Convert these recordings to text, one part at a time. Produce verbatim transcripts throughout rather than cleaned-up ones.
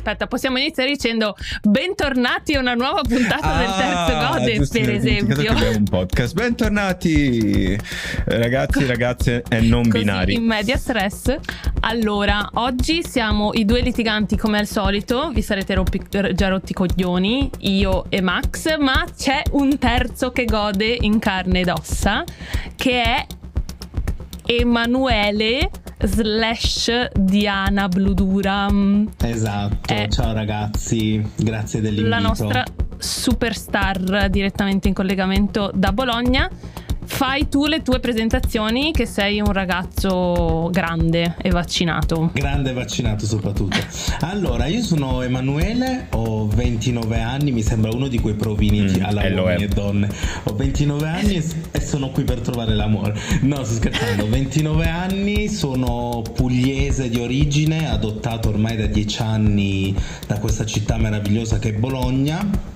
aspetta, possiamo iniziare dicendo bentornati a una nuova puntata ah, del Terzo Gode, giusto, per esempio. Che abbiamo un podcast. Bentornati ragazzi, ragazze e non Così, binari. In media stress. Allora, oggi siamo i due litiganti come al solito. Vi sarete roppi, già rotti i coglioni, io e Max. Ma c'è un terzo che gode in carne ed ossa, che è Emanuele slash Diana Bludura. Esatto, è ciao ragazzi, grazie dell'invito. La nostra superstar direttamente in collegamento da Bologna. Fai tu le tue presentazioni, che sei un ragazzo grande e vaccinato. Grande e vaccinato soprattutto. Allora, io sono Emanuele, ho ventinove anni, mi sembra uno di quei provini mm, alla uomini e donne. Ho ventinove anni e sono qui per trovare l'amore. No, sto scherzando. ventinove anni, sono pugliese di origine, adottato ormai da dieci anni da questa città meravigliosa che è Bologna.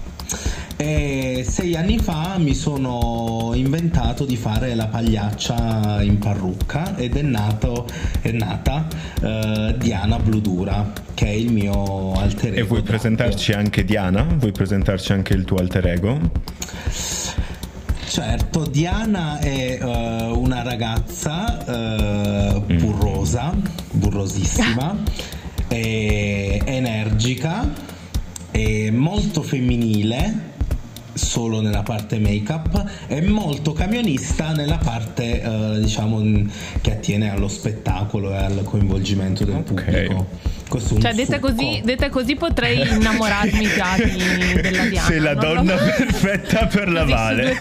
E sei anni fa mi sono inventato di fare la pagliaccia in parrucca ed è, nato, è nata uh, Diana Bludura, che è il mio alter ego. E vuoi presentarci anche Diana? Vuoi presentarci anche il tuo alter ego? Certo, Diana è uh, una ragazza uh, mm. burrosa, burrosissima, è energica, è molto femminile solo nella parte make-up, è molto camionista nella parte uh, diciamo che attiene allo spettacolo e al coinvolgimento del okay. pubblico. Questo cioè detta così, detta così potrei innamorarmi già di, della Diana. Sei la non donna lo... perfetta per la Vale.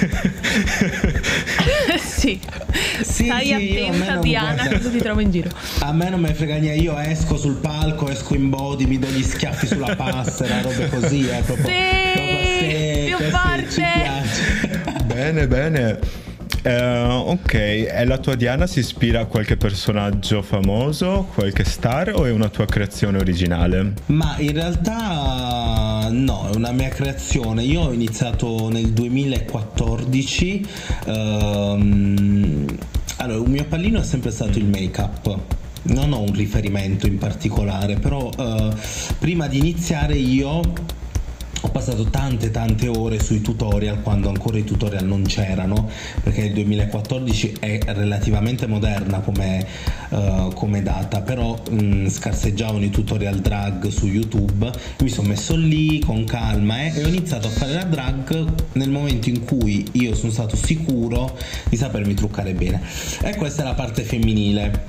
Sì. Sì, stai sì, attenta Diana, cosa ti trovo in giro. A me non me ne frega niente, io esco sul palco, esco in body, mi do gli schiaffi sulla passera, robe così, è proprio, sì, proprio più forte. Bene, bene. Uh, ok, e la tua Diana si ispira a qualche personaggio famoso, qualche star, o è una tua creazione originale? Ma in realtà no, è una mia creazione. Io ho iniziato nel duemilaquattordici. Um, allora, un mio pallino è sempre stato il make-up. Non ho un riferimento in particolare, però uh, prima di iniziare io ho passato tante tante ore sui tutorial, quando ancora i tutorial non c'erano, perché il duemilaquattordici è relativamente moderna come, uh, come data, però mh, scarseggiavano i tutorial drag su YouTube. Mi sono messo lì con calma eh, e ho iniziato a fare la drag nel momento in cui io sono stato sicuro di sapermi truccare bene, e questa è la parte femminile.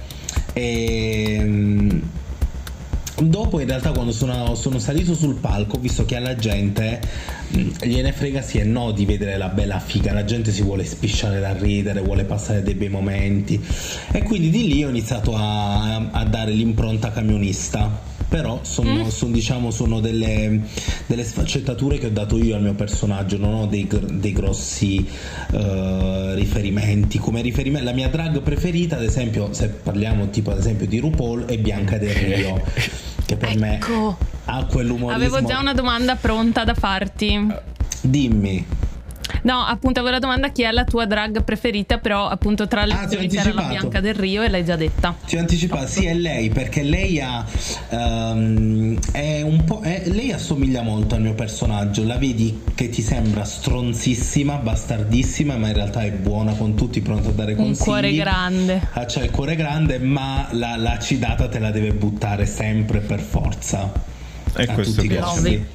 E mh, dopo in realtà quando sono, sono salito sul palco ho visto che alla gente mh, gliene frega sì e no di vedere la bella figa, la gente si vuole spisciare da ridere, vuole passare dei bei momenti, e quindi di lì ho iniziato a, a dare l'impronta camionista. Però sono, mm. sono, diciamo, sono delle, delle sfaccettature che ho dato io al mio personaggio, non ho dei, dei grossi uh, riferimenti. Come riferimento, la mia drag preferita, ad esempio, se parliamo tipo ad esempio di RuPaul, è Bianca Del Rio, che per ecco. me ha quell'umorismo. Avevo già una domanda pronta da farti. Dimmi. No, appunto avevo la domanda: chi è la tua drag preferita? Però appunto tra le ah, opzioni c'era la Bianca Del Rio e l'hai già detta. Ti ho anticipato, sì, è lei, perché lei ha um, è un po' è, lei assomiglia molto al mio personaggio. La vedi che ti sembra stronzissima, bastardissima, ma in realtà è buona con tutti, pronta a dare consigli. Un cuore grande. Ah, c'è il cuore grande, ma la, la acidata te la deve buttare sempre per forza. E questo piace.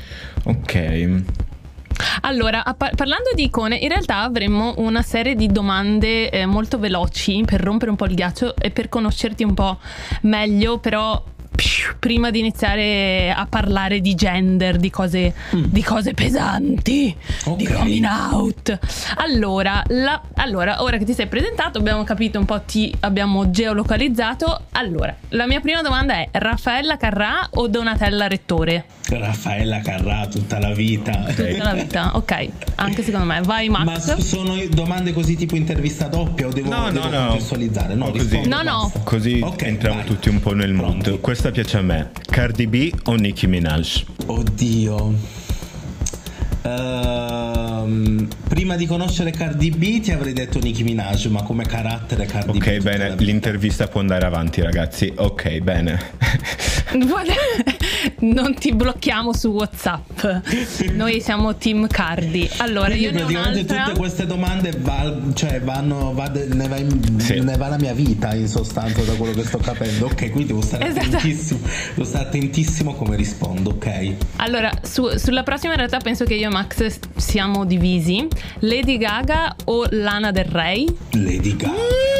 Ok. Allora, par- parlando di icone, in realtà avremmo una serie di domande eh, molto veloci per rompere un po' il ghiaccio e per conoscerti un po' meglio, però psh, prima di iniziare a parlare di gender, di cose, mm. di cose pesanti, okay. di coming out. Allora, la, allora, ora che ti sei presentato, abbiamo capito un po', ti abbiamo geolocalizzato. Allora, la mia prima domanda è: Raffaella Carrà o Donatella Rettore? Raffaella Carrà tutta la vita. Tutta la vita, ok. Anche secondo me. Vai Max. Ma sono domande così tipo intervista doppia o devo, no, devo no, contestualizzare? No, così, no, no. Così okay, entriamo vai. tutti un po' nel Pronti. mondo. Questa piace a me. Cardi B o Nicki Minaj? Oddio. Uh, prima di conoscere Cardi B ti avrei detto Nicki Minaj, ma come carattere Cardi Ok, B. bene, l'intervista può andare avanti, ragazzi. Ok, bene. Non ti blocchiamo su WhatsApp. Noi siamo team Cardi. Allora, quindi io ne ho praticamente un'altra. tutte queste domande va, cioè vanno, va, ne, va in, sì. ne va la mia vita in sostanza, da quello che sto capendo. Ok, quindi devo stare Esatto. attentissimo, devo stare attentissimo come rispondo, ok? Allora, su, sulla prossima in realtà penso che io e Max siamo divisi. Lady Gaga o Lana Del Rey? Lady Gaga.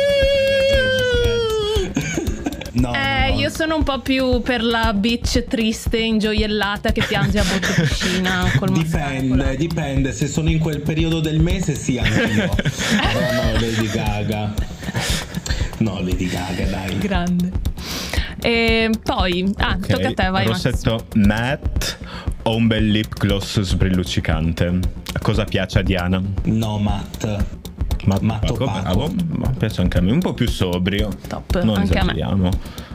No, Eh, no, no. io sono un po' più per la bitch triste, ingioiellata che piange a bordo piscina col Dipende, mascara. dipende. Se sono in quel periodo del mese, sì, anch'io. Però no, Lady Gaga. No, Lady Gaga, dai. Grande. E poi, ah, Ok, tocca a te, vai Max. rossetto matte o un bel lip gloss sbrilluccicante? Cosa piace a Diana? No, Matt. Matto, Matto Paco, Paco. bravo. Ma piace anche a me, un po' più sobrio. Top, Non anche a me. esageriamo.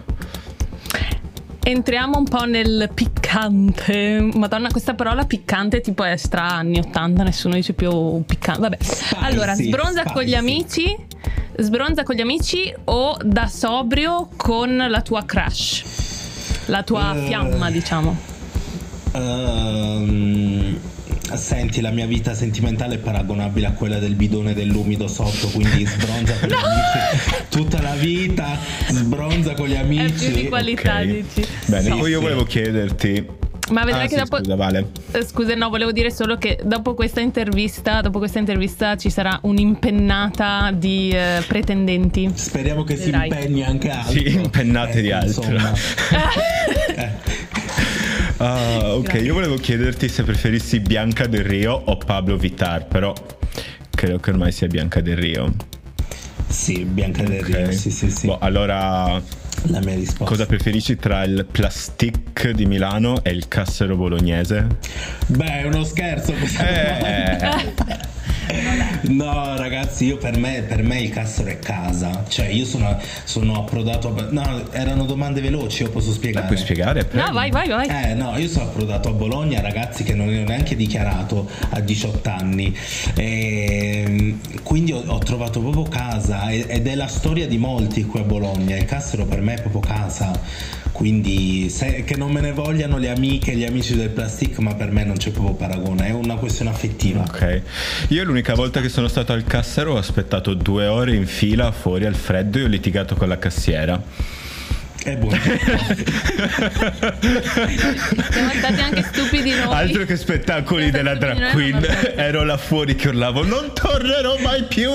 Entriamo un po' nel piccante. Madonna, questa parola piccante tipo è stra anni ottanta, nessuno dice più piccante. Vabbè. Allora, sbronza spicy. con gli amici. Sbronza con gli amici o da sobrio con la tua crush? La tua Eh. fiamma, diciamo. Ehm, senti, la mia vita sentimentale è paragonabile a quella del bidone dell'umido sotto, quindi sbronza con gli amici tutta la vita, sbronza con gli È amici. più di qualità, Ok. dici. Bene, Sì, poi io sì. volevo chiederti. Ma vedrai Ah, che sì, dopo. Scusa, Vale. Eh, Scusa, no, volevo dire solo che dopo questa intervista, dopo questa intervista ci sarà un'impennata di eh, pretendenti. Speriamo che si Vedrai. impegni anche altro. Sì, impennate di altro. Insomma. Eh, Ah, ok, io volevo chiederti se preferissi Bianca Del Rio o Pablo Vittar, però credo che ormai sia Bianca Del Rio. sì, Bianca del Ok. Rio, sì, sì, sì. Boh, allora, La mia risposta. cosa preferisci tra il Plastic di Milano e il Cassero bolognese? Beh, è uno scherzo. Eh, No, ragazzi, io per me, per me il Cassero è casa. Cioè, io sono, sono approdato a... No, erano domande veloci, io posso spiegare. puoi spiegare? Prego. No, vai, vai, vai. Eh no, io sono approdato a Bologna, ragazzi, che non ero neanche dichiarato a diciotto anni, e quindi ho, ho trovato proprio casa, e- ed è la storia di molti qui a Bologna. Il Cassero per me è proprio casa, quindi se, che non me ne vogliano le amiche e gli amici del Plastic, ma per me non c'è proprio paragone, è una questione affettiva. Ok, io l'unica volta che sono stato al Cassero ho aspettato due ore in fila fuori al freddo e ho litigato con la cassiera. È buono. Siamo stati anche stupidi noi. Altro che spettacoli Siamo della stati drag stupidi noi, queen, ma non ero là fuori che urlavo non tornerò mai più.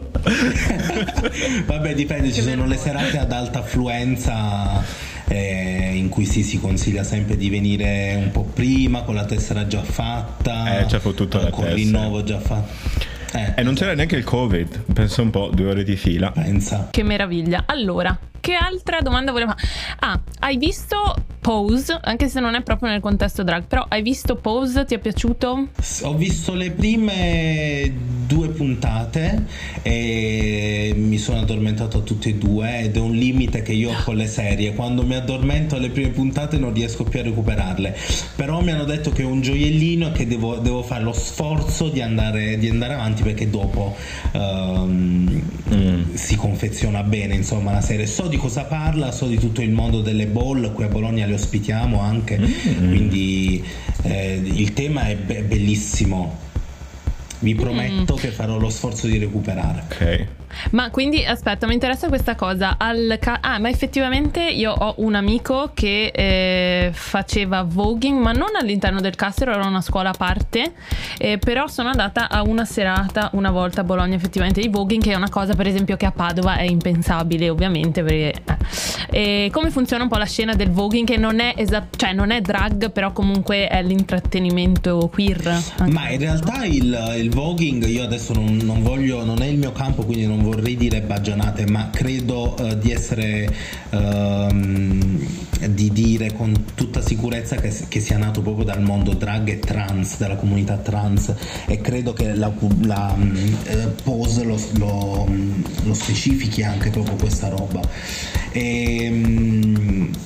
Vabbè, dipende, ci sono le serate ad alta affluenza, eh, in cui sì, si consiglia sempre di venire un po' prima con la tessera già fatta, Eh, ci ha fottuto la con il tessera. rinnovo già fatto. Eh, E non c'era neanche il Covid, penso un po', due ore di fila. pensa. Che meraviglia. Allora, che altra domanda volevo fare? Ah, hai visto Pose? Anche se non è proprio nel contesto drag, però hai visto Pose? Ti è piaciuto? Ho visto le prime due puntate e mi sono addormentato a tutte e due, ed è un limite che io ho con le serie: quando mi addormento alle prime puntate non riesco più a recuperarle. Però mi hanno detto che è un gioiellino e che devo, devo fare lo sforzo di andare, di andare avanti, perché dopo ehm, Mm. si confeziona bene, insomma, la serie. So di cosa parla, so di tutto il mondo delle ball, qui a Bologna le ospitiamo anche, Mm. quindi eh, il tema è be- bellissimo. Vi prometto che farò lo sforzo di recuperare. Ok. Ma quindi aspetta, mi interessa questa cosa. Al ca- ah, ma effettivamente io ho un amico che eh, faceva voguing, ma non all'interno del Cassero, era una scuola a parte. Eh, però sono andata a una serata una volta a Bologna, effettivamente, di voguing, che è una cosa, per esempio, che a Padova è impensabile, ovviamente. Perché, eh. E come funziona un po' la scena del voguing, che non è esatto, cioè non è drag, però comunque è l'intrattenimento queer. Anche. Ma in realtà il, il voguing, io adesso non, non voglio, non è il mio campo, quindi non vorrei dire baggianate, ma credo eh, di essere ehm, di dire con tutta sicurezza che, che sia nato proprio dal mondo drag e trans, dalla comunità trans, e credo che la, la eh, Pose lo, lo, lo specifichi anche proprio questa roba. E,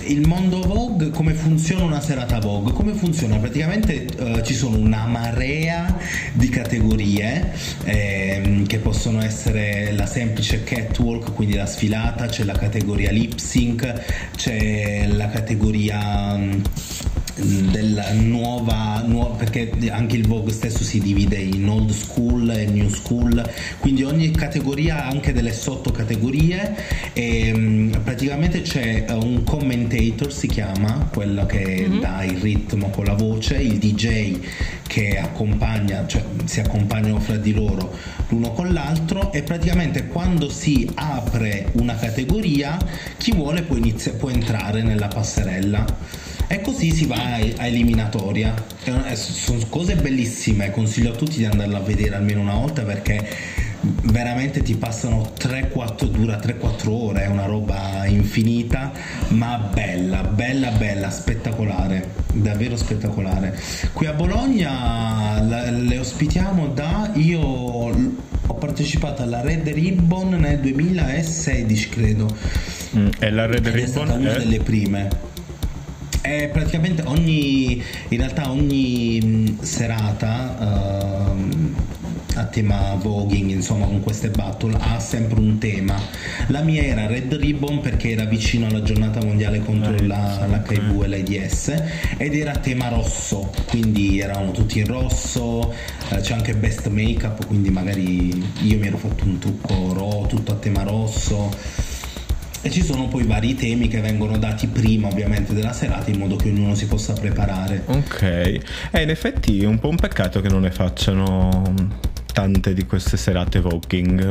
il mondo Vogue, come funziona una serata Vogue? Come funziona? Praticamente uh, ci sono una marea di categorie ehm, che possono essere la semplice catwalk, quindi la sfilata, c'è la categoria lip sync, c'è la categoria um, della nuova, nuova, perché anche il Vogue stesso si divide in old school e new school, quindi ogni categoria ha anche delle sottocategorie e um, praticamente c'è un commentator, si chiama, quello che mm-hmm. dà il ritmo con la voce, il D J che accompagna, cioè si accompagnano fra di loro l'uno con l'altro, e praticamente quando si apre una categoria chi vuole può, inizia, può entrare nella passerella. E così si va a eliminatoria. Sono cose bellissime, consiglio a tutti di andarla a vedere almeno una volta, perché veramente ti passano tre quattro, dura tre quattro ore, è una roba infinita, ma bella, bella, bella, spettacolare, davvero spettacolare. Qui a Bologna le ospitiamo da, io ho partecipato alla Red Ribbon nel duemilasedici credo, mm, e la Red Ed Ribbon è stata una è... delle prime. È praticamente ogni, in realtà ogni serata uh, a tema voguing, insomma, con queste battle ha sempre un tema. La mia era Red Ribbon perché era vicino alla giornata mondiale contro eh, la, l'H I V e l'AIDS, ed era tema rosso, quindi eravamo tutti in rosso, eh, c'è anche best makeup, quindi magari io mi ero fatto un trucco ro, tutto a tema rosso. E ci sono poi vari temi che vengono dati prima ovviamente della serata, in modo che ognuno si possa preparare. Ok, e in effetti è un po' un peccato che non ne facciano tante di queste serate voguing.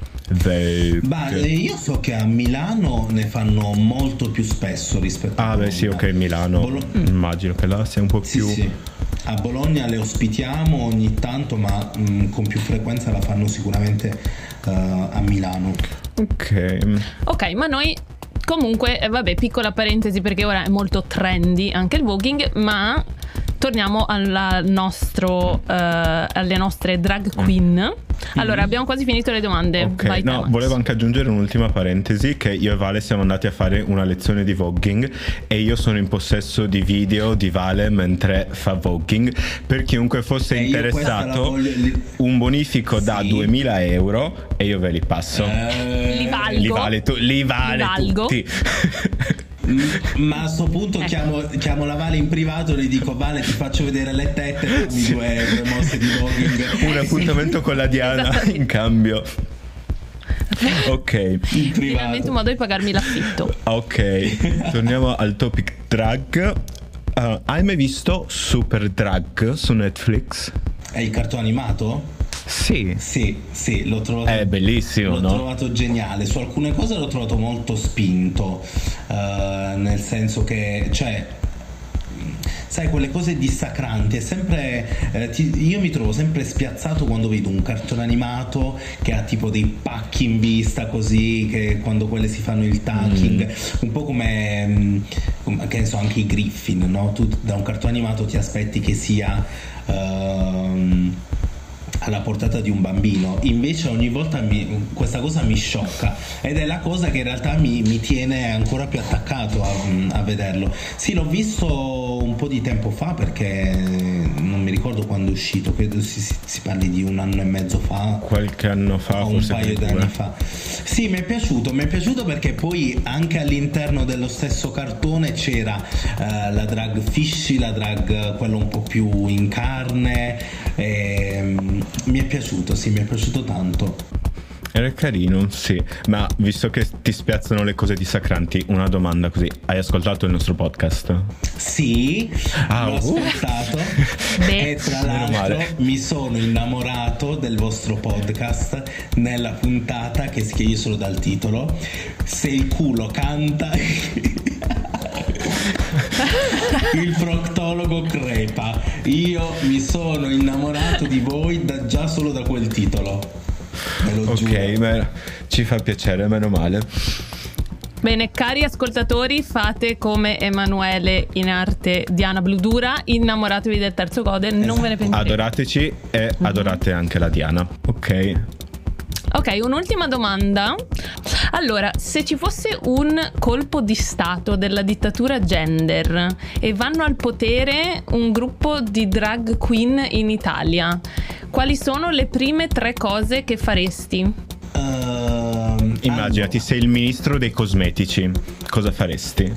Beh, io so che a Milano ne fanno molto più spesso rispetto ah, a Bologna. Ah beh sì, ok, Milano, Bolo- immagino che là sia un po' sì, più... Sì. A Bologna le ospitiamo ogni tanto, ma mh, con più frequenza la fanno sicuramente uh, a Milano. Ok. Ok, ma noi comunque, eh, vabbè, piccola parentesi perché ora è molto trendy anche il voguing, ma torniamo alla nostro, uh, alle nostre drag queen. Allora, abbiamo quasi finito le domande. Ok, Vai, no, Thomas. volevo anche aggiungere un'ultima parentesi, che io e Vale siamo andati a fare una lezione di voguing e io sono in possesso di video di Vale mentre fa voguing. Per chiunque fosse e interessato, voglio... un bonifico sì. da duemila euro e io ve li passo. Eh... Li valgo. Li vale, tu- li vale li valgo. tutti. Ma a sto punto ecco. chiamo, chiamo la Vale in privato e gli dico: Vale, ti faccio vedere le tette, fammi sì. due, due mosse di voguing. Un appuntamento con la Diana in cambio. Ok, finalmente un modo di pagarmi l'affitto. Ok, torniamo al topic drag. uh, Hai mai visto Super Drag su Netflix? È il cartone animato? Sì, sì, sì, l'ho trovato. È bellissimo, l'ho no? trovato geniale. Su alcune cose l'ho trovato molto spinto, uh, nel senso che, cioè, sai, quelle cose dissacranti è sempre eh, ti, io mi trovo sempre spiazzato quando vedo un cartone animato che ha tipo dei pacchi in vista, così, che quando quelle si fanno il tacking, mm. un po' come, come che ne so, anche i Griffin, no? Tu da un cartone animato ti aspetti che sia uh, alla portata di un bambino, invece ogni volta mi, questa cosa mi sciocca, ed è la cosa che in realtà mi, mi tiene ancora più attaccato a, a vederlo. Sì, l'ho visto un po' di tempo fa, perché non mi ricordo quando è uscito, credo si, si, si parli di un anno e mezzo fa, qualche anno fa, o un paio di anni fa. Sì, mi è piaciuto, mi è piaciuto perché poi anche all'interno dello stesso cartone c'era uh, la drag fishy, la drag quello un po' più in carne, e, mi è piaciuto, sì, mi è piaciuto tanto. Era carino, sì. Ma visto che ti spiazzano le cose dissacranti, una domanda così: hai ascoltato il nostro podcast? Sì, ah, l'ho uh. ascoltato e tra l'altro mi sono innamorato del vostro podcast nella puntata che si chiede solo dal titolo: Se il culo canta il proctologo crepa. Io mi sono innamorato di voi da, già solo da quel titolo. Me lo ok, beh, ci fa piacere, meno male. Bene, cari ascoltatori, fate come Emanuele in arte Diana Bludura, innamoratevi del terzo gode, esatto. Non ve ne pentirete. Adorateci e mm-hmm. adorate anche la Diana. Ok. Ok, un'ultima domanda. Allora, se ci fosse un colpo di stato della dittatura gender e vanno al potere un gruppo di drag queen in Italia, quali sono le prime tre cose che faresti? Uh, Immaginati, allora. sei il ministro dei cosmetici, cosa faresti?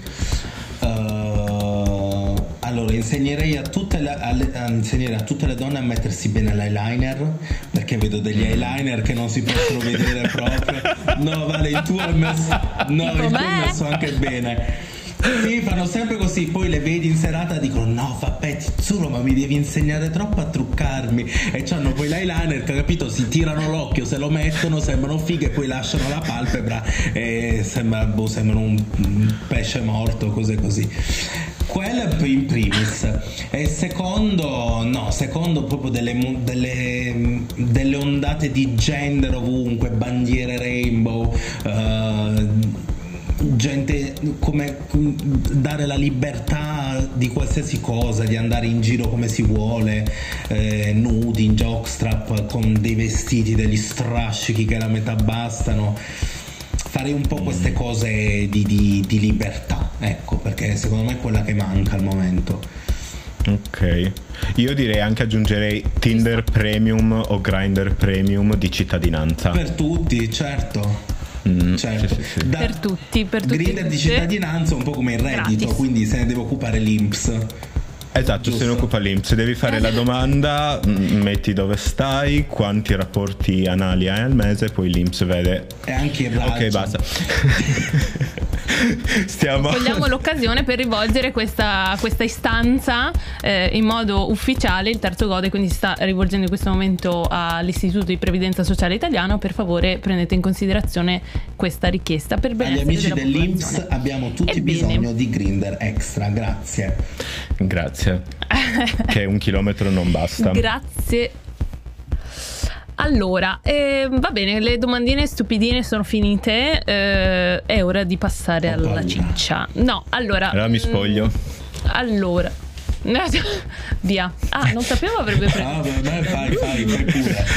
Uh, allora insegnerei a tutte le, alle, a, insegnerei a tutte le donne a mettersi bene l'eyeliner, perché vedo degli eyeliner che non si possono vedere proprio. No, vale, il tuo è messo, no, il tuo è messo anche bene. Sì, fanno sempre così, poi le vedi in serata e dicono no vabbè ti giuro ma mi devi insegnare troppo a truccarmi, e c'hanno poi l'eyeliner che, capito, si tirano l'occhio, se lo mettono sembrano fighe e poi lasciano la palpebra e sembra, boh, sembrano un, un pesce morto, cose così. Quello in primis. E secondo, no, secondo proprio delle, delle, delle ondate di gender ovunque, bandiere rainbow, uh, gente, come dare la libertà di qualsiasi cosa, di andare in giro come si vuole, eh, nudi, in jockstrap, con dei vestiti, degli strascichi che la metà bastano. Farei un po' queste cose di, di, di libertà, ecco, perché secondo me è quella che manca al momento. Ok, io direi anche, aggiungerei Tinder Premium o Grindr Premium di cittadinanza. Per tutti, certo. Mm, certo. sì, sì, sì. Da, per tutti, per tutti. Grindr di cittadinanza un po' come il reddito, gratis, quindi se ne deve occupare l'I N P S. Esatto, giusto, se ne occupa l'I N P S, devi fare la domanda, metti dove stai, quanti rapporti anali hai al mese, poi l'I N P S vede. E anche il raggio. Ok, basta. Stiamo... Cogliamo l'occasione per rivolgere questa, questa istanza eh, in modo ufficiale. Il terzo Gode quindi si sta rivolgendo in questo momento all'Istituto di Previdenza Sociale Italiano. Per favore prendete in considerazione questa richiesta per benessere agli amici della dell'I N P S. Abbiamo tutti Ebbene. bisogno di Grindr extra, grazie. Grazie. Che un chilometro non basta. Grazie. Allora, eh, va bene, le domandine stupidine sono finite, eh, è ora di passare Ho alla paura. ciccia. No, allora... Allora mi spoglio. Mm, allora... Via. Ah, non sapevo avrebbe preso. Ah, beh, fai, fai, fai pure.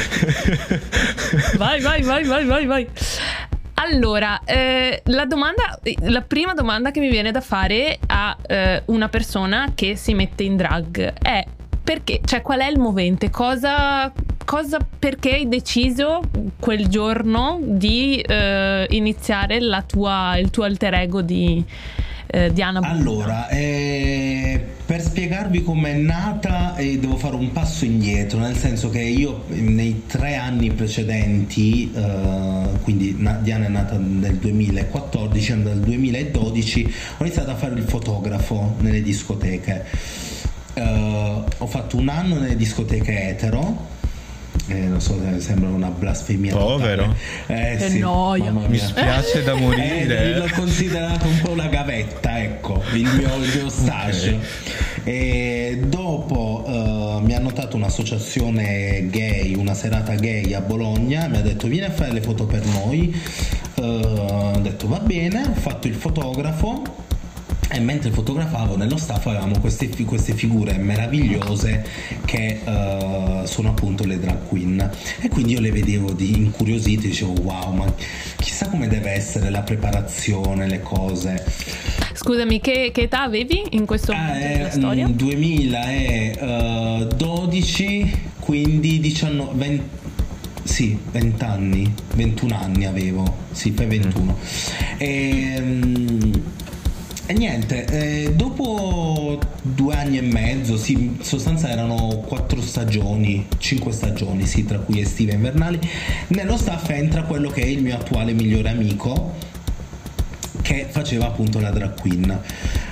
Vai, vai, vai, vai, vai, vai. Allora, eh, la domanda, la prima domanda che mi viene da fare a eh, una persona che si mette in drag è: perché, cioè, qual è il movente? Cosa, cosa perché hai deciso quel giorno di eh, iniziare la tua, il tuo alter ego di eh, Diana Bulla? Allora, eh, per spiegarvi com'è nata, eh, devo fare un passo indietro, nel senso che io nei tre anni precedenti, eh, quindi na- Diana è nata nel duemilaquattordici, nel duemiladodici ho iniziato a fare il fotografo nelle discoteche. Uh, ho fatto un anno nelle discoteche etero, eh, non so se sembra una blasfemia. Povero. Eh, che sì, noia. Mi spiace da morire. Eh, l'ho considerato un po' una gavetta, ecco, il mio, il mio stage. Okay. E dopo uh, mi hanno dato un'associazione gay, una serata gay a Bologna, mi ha detto vieni a fare le foto per noi. Uh, ho detto va bene, ho fatto il fotografo. E mentre fotografavo nello staff avevamo queste, queste figure meravigliose che uh, sono appunto le drag queen, e quindi io le vedevo di incuriosite, dicevo wow, ma chissà come deve essere la preparazione, le cose. Scusami, che, che età avevi in questo momento eh, della storia? duemiladodici, quindi diciannove, venti, sì, venti anni, ventuno anni avevo, sì, per ventuno. E, um, E niente, eh, dopo due anni e mezzo, sì, in sostanza erano quattro stagioni, cinque stagioni, sì, tra cui estive e invernali, nello staff entra quello che è il mio attuale migliore amico, che faceva appunto la drag queen.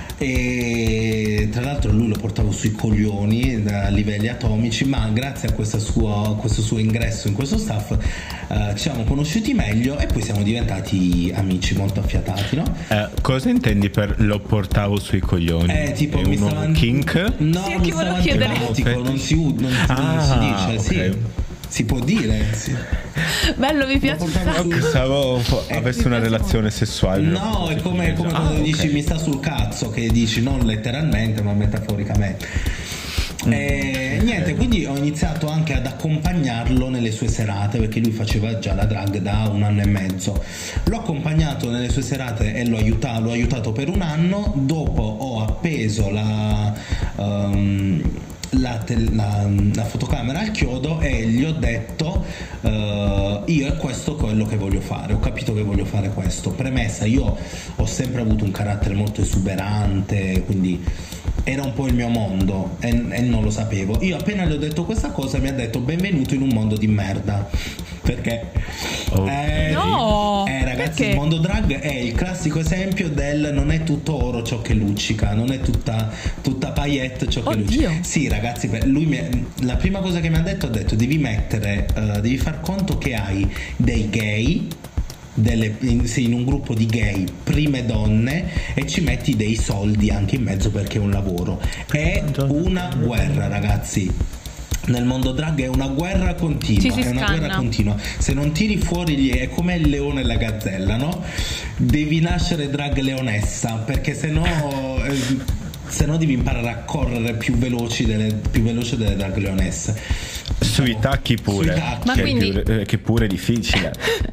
E tra l'altro lui lo portavo sui coglioni a livelli atomici, ma grazie a, questa sua, a questo suo ingresso in questo staff eh, ci siamo conosciuti meglio e poi siamo diventati amici molto affiatati, no? Eh, cosa intendi per lo portavo sui coglioni? Eh, tipo è mi uno stava kink? No, sì, mi stava antipatico, non si, non si, ah, non si dice, okay. Sì. Si può dire, sì. Bello, mi piace. Su... Pensavo avessi una relazione sessuale. No, è come, come quando ah, dici okay. mi sta sul cazzo, che dici non letteralmente ma metaforicamente. E niente, quindi ho iniziato anche ad accompagnarlo nelle sue serate, perché lui faceva già la drag da un anno e mezzo. L'ho accompagnato nelle sue serate e l'ho aiutato, l'ho aiutato per un anno. Dopo ho appeso la... Um, La, tel- la, la fotocamera al chiodo e gli ho detto uh, io è questo quello che voglio fare, ho capito che voglio fare questo. Premessa, io ho sempre avuto un carattere molto esuberante, quindi era un po' il mio mondo e, e non lo sapevo. Io appena gli ho detto questa cosa mi ha detto benvenuto in un mondo di merda, perché oh. eh, no, eh, ragazzi, perché? il mondo drag è il classico esempio del non è tutto oro ciò che luccica, non è tutta, tutta paillette ciò che Oddio. luccica. Sì, ragazzi, lui mi, la prima cosa che mi ha detto ha detto devi mettere uh, devi far conto che hai dei gay delle, in, sei in un gruppo di gay prime donne e ci metti dei soldi anche in mezzo perché è un lavoro. È una guerra, ragazzi. Nel mondo drag è una guerra continua, sì, è una scanna. guerra continua. Se non tiri fuori gli, è come il leone e la gazzella, no? Devi nascere drag leonessa, perché se no eh, se no devi imparare a correre più veloci delle, più veloce delle drag leonesse. Sui tacchi pure. Sui tacchi. Ma che, quindi... è più, eh, che pure è difficile.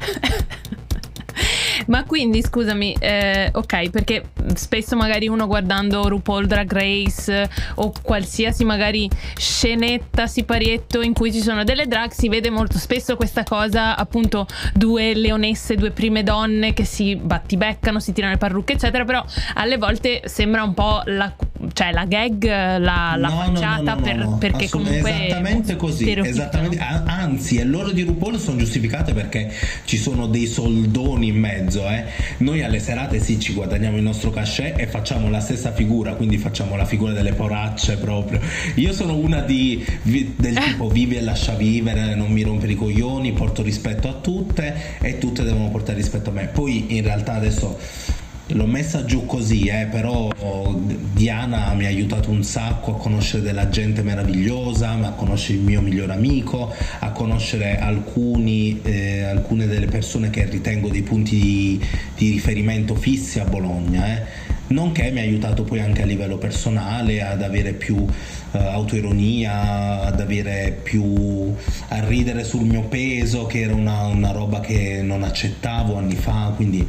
Ma quindi scusami, eh, ok, perché spesso magari uno guardando RuPaul Drag Race o qualsiasi magari scenetta siparietto in cui ci sono delle drag, si vede molto spesso questa cosa, appunto, due leonesse, due prime donne che si battibeccano, si tirano le parrucche eccetera, però alle volte sembra un po' la, cioè la gag, la, la No, facciata no, no, no, per, no, perché comunque esattamente così, esattamente, anzi, e loro di RuPaul sono giustificate perché ci sono dei soldoni in mezzo. Eh. Noi alle serate sì, ci guadagniamo il nostro cachet e facciamo la stessa figura, quindi facciamo la figura delle poracce proprio. Io sono una di del tipo vivi e lascia vivere, non mi rompere i coglioni, porto rispetto a tutte e tutte devono portare rispetto a me. Poi in realtà adesso l'ho messa giù così, eh, però Diana mi ha aiutato un sacco a conoscere della gente meravigliosa, a conoscere il mio miglior amico, a conoscere alcuni, eh, alcune delle persone che ritengo dei punti di, di riferimento fissi a Bologna, eh. Nonché mi ha aiutato poi anche a livello personale ad avere più uh, autoironia, ad avere più a ridere sul mio peso, che era una, una roba che non accettavo anni fa, quindi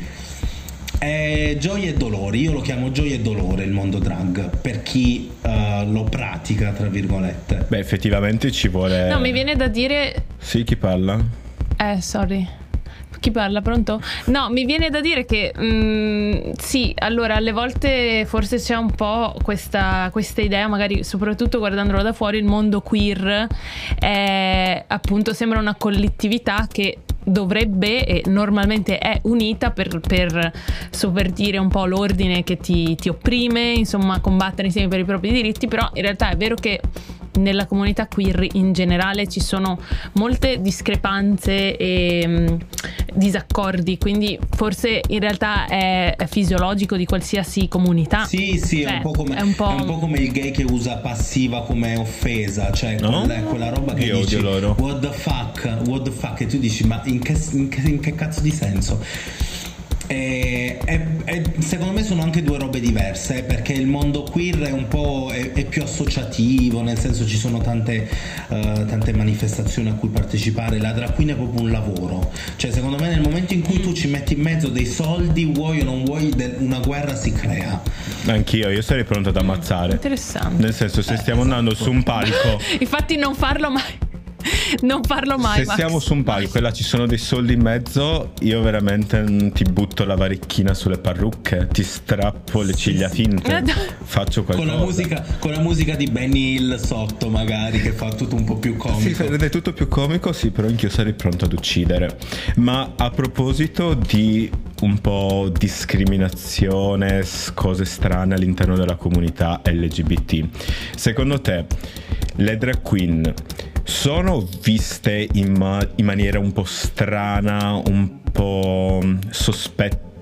è gioia e dolore. Io lo chiamo gioia e dolore il mondo drag per chi uh, lo pratica, tra virgolette. Beh, effettivamente ci vuole. no, mi viene da dire Sì, chi parla? eh sorry chi parla, pronto? No, mi viene da dire che mh, sì, allora alle volte forse c'è un po' questa, questa idea, magari soprattutto guardandolo da fuori, il mondo queer è, appunto, sembra una collettività che dovrebbe e normalmente è unita per, per sovvertire un po' l'ordine che ti, ti opprime, insomma combattere insieme per i propri diritti, però in realtà è vero che nella comunità queer in generale ci sono molte discrepanze e mh, disaccordi, quindi forse in realtà è, è fisiologico di qualsiasi comunità. Sì, sì, cioè, è, un po come, è, un po'... è un po' come il gay che usa passiva come offesa, cioè no? quella, quella roba che Io dici odio loro. what the fuck, what the fuck, e tu dici ma in che, in che, in che cazzo di senso? E, e, e secondo me sono anche due robe diverse, perché il mondo queer è un po' è, è più associativo, nel senso ci sono tante, uh, tante manifestazioni a cui partecipare. La drag queen è proprio un lavoro, cioè secondo me nel momento in cui tu ci metti in mezzo dei soldi, vuoi o non vuoi, una guerra si crea. Anch'io, io sarei pronto ad ammazzare. Interessante. Nel senso, se stiamo andando su un palco, infatti non farlo mai. Non farlo mai. se Max. siamo su un palco e là ci sono dei soldi in mezzo, io veramente mm, ti butto la varichina sulle parrucche, ti strappo le ciglia finte, faccio qualcosa. Con la musica, con la musica di Benny Hill sotto, magari, che fa tutto un po' più comico. Sì, rende tutto più comico, sì, però anch'io sarei pronto ad uccidere. Ma a proposito di un po' discriminazione, cose strane all'interno della comunità L G B T, secondo te le drag queen sono viste in, ma- in maniera un po' strana, un po' sospette